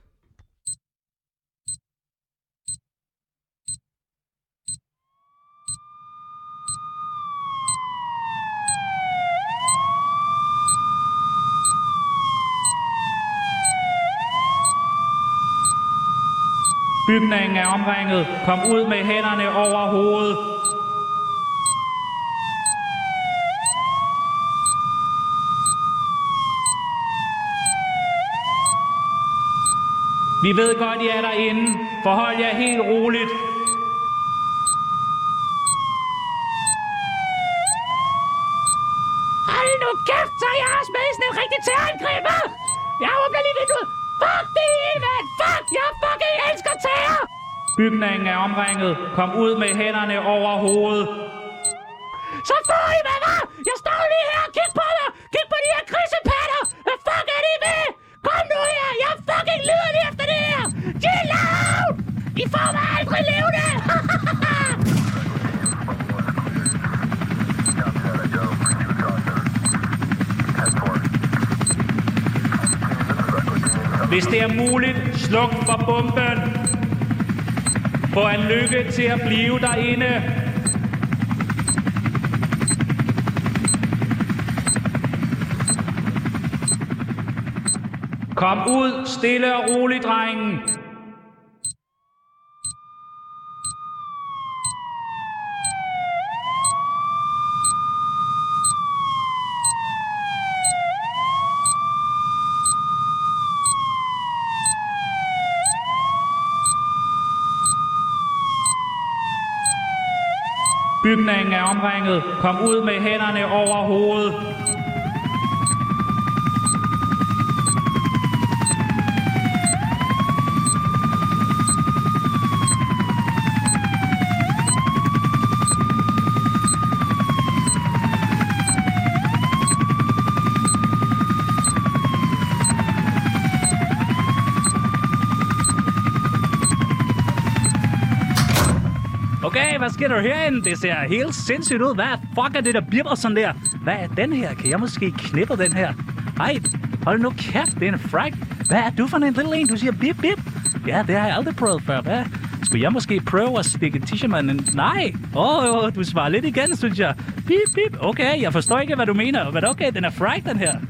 E: Bygningen er omringet. Kom ud med hænderne over hovedet. Vi ved godt, I er derinde. Forhold jer helt roligt.
I: Hold nu kæft, så jeg har med sådan en rigtig terrorangriber! Jeg åbner lige vinduet! Fuck det, mand! Fuck! Jeg fucking elsker terror!
E: Bygningen er omringet. Kom ud med hænderne over hovedet.
I: Så får I hvad, hva'? Jeg står lige her og kig på dig! Kig på de her grisepatter! Hvad fuck er de ved? Kom nu her! Jeg fucking leder lige efter det her! Chill out! I får mig aldrig levende!
E: Hvis det er muligt, sluk for bomben. Få en lykke til at blive derinde. Kom ud, stille og roligt, drengen. Bygningen er omringet. Kom ud med hænderne over hovedet. Okay, hvad sker der herinde? Det ser helt sindssygt ud. Hvad fuck er det, der bipper sådan der? Hvad er den her? Kan jeg måske knippe den her? Ej, hold nu kæft, det er en frag. Hvad er du for en lille en? Du siger bip bip. Ja, det har jeg aldrig prøvet før. Hvad? Skulle jeg måske prøve at stikke en t-shirt? Nej. Du svarer lidt igen, synes jeg. Bip bip. Okay, jeg forstår ikke, hvad du mener. Men okay, den er frag, den her.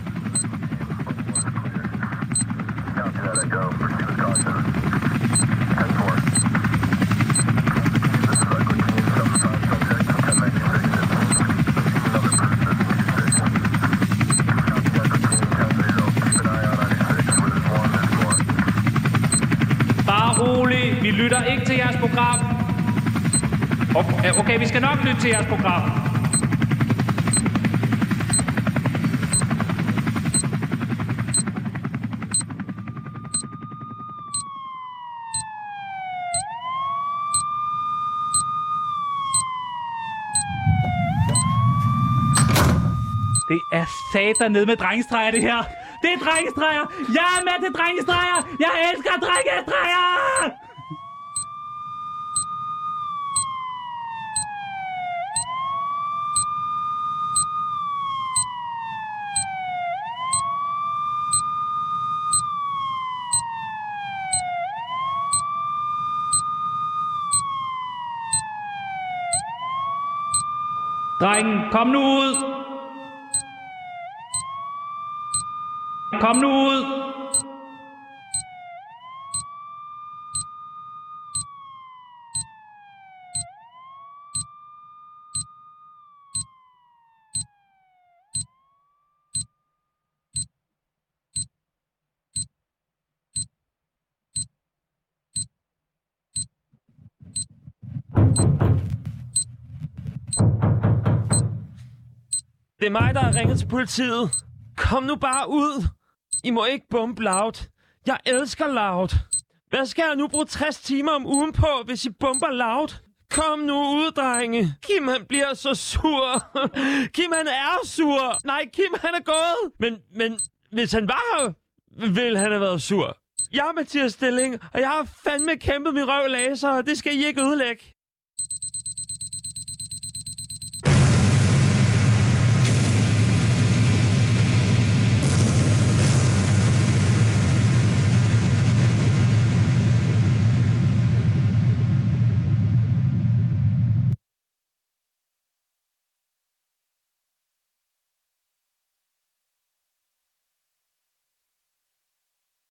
E: Vi lytter ikke til jeres program. Okay, vi skal nok lytte til jeres program. Det er satan ned med drengestreger, det her. Det er drengestreger. Jeg er med til drengestreger. Jeg elsker drengestreger. Drengen, kom nu ud. Kom nu ud.
J: Det er mig, der har ringet til politiet. Kom nu bare ud. I må ikke bombe Loud. Jeg elsker Loud. Hvad skal jeg nu bruge 60 timer om ugen på, hvis I bomber Loud? Kom nu ud, drenge. Kim, han bliver så sur. Kim, han er sur. Nej, Kim, han er gået. Men hvis han var her, ville han have været sur. Jeg er Mathias Stilling, og jeg har fandme kæmpet min røv laser, og det skal I ikke ødelægge.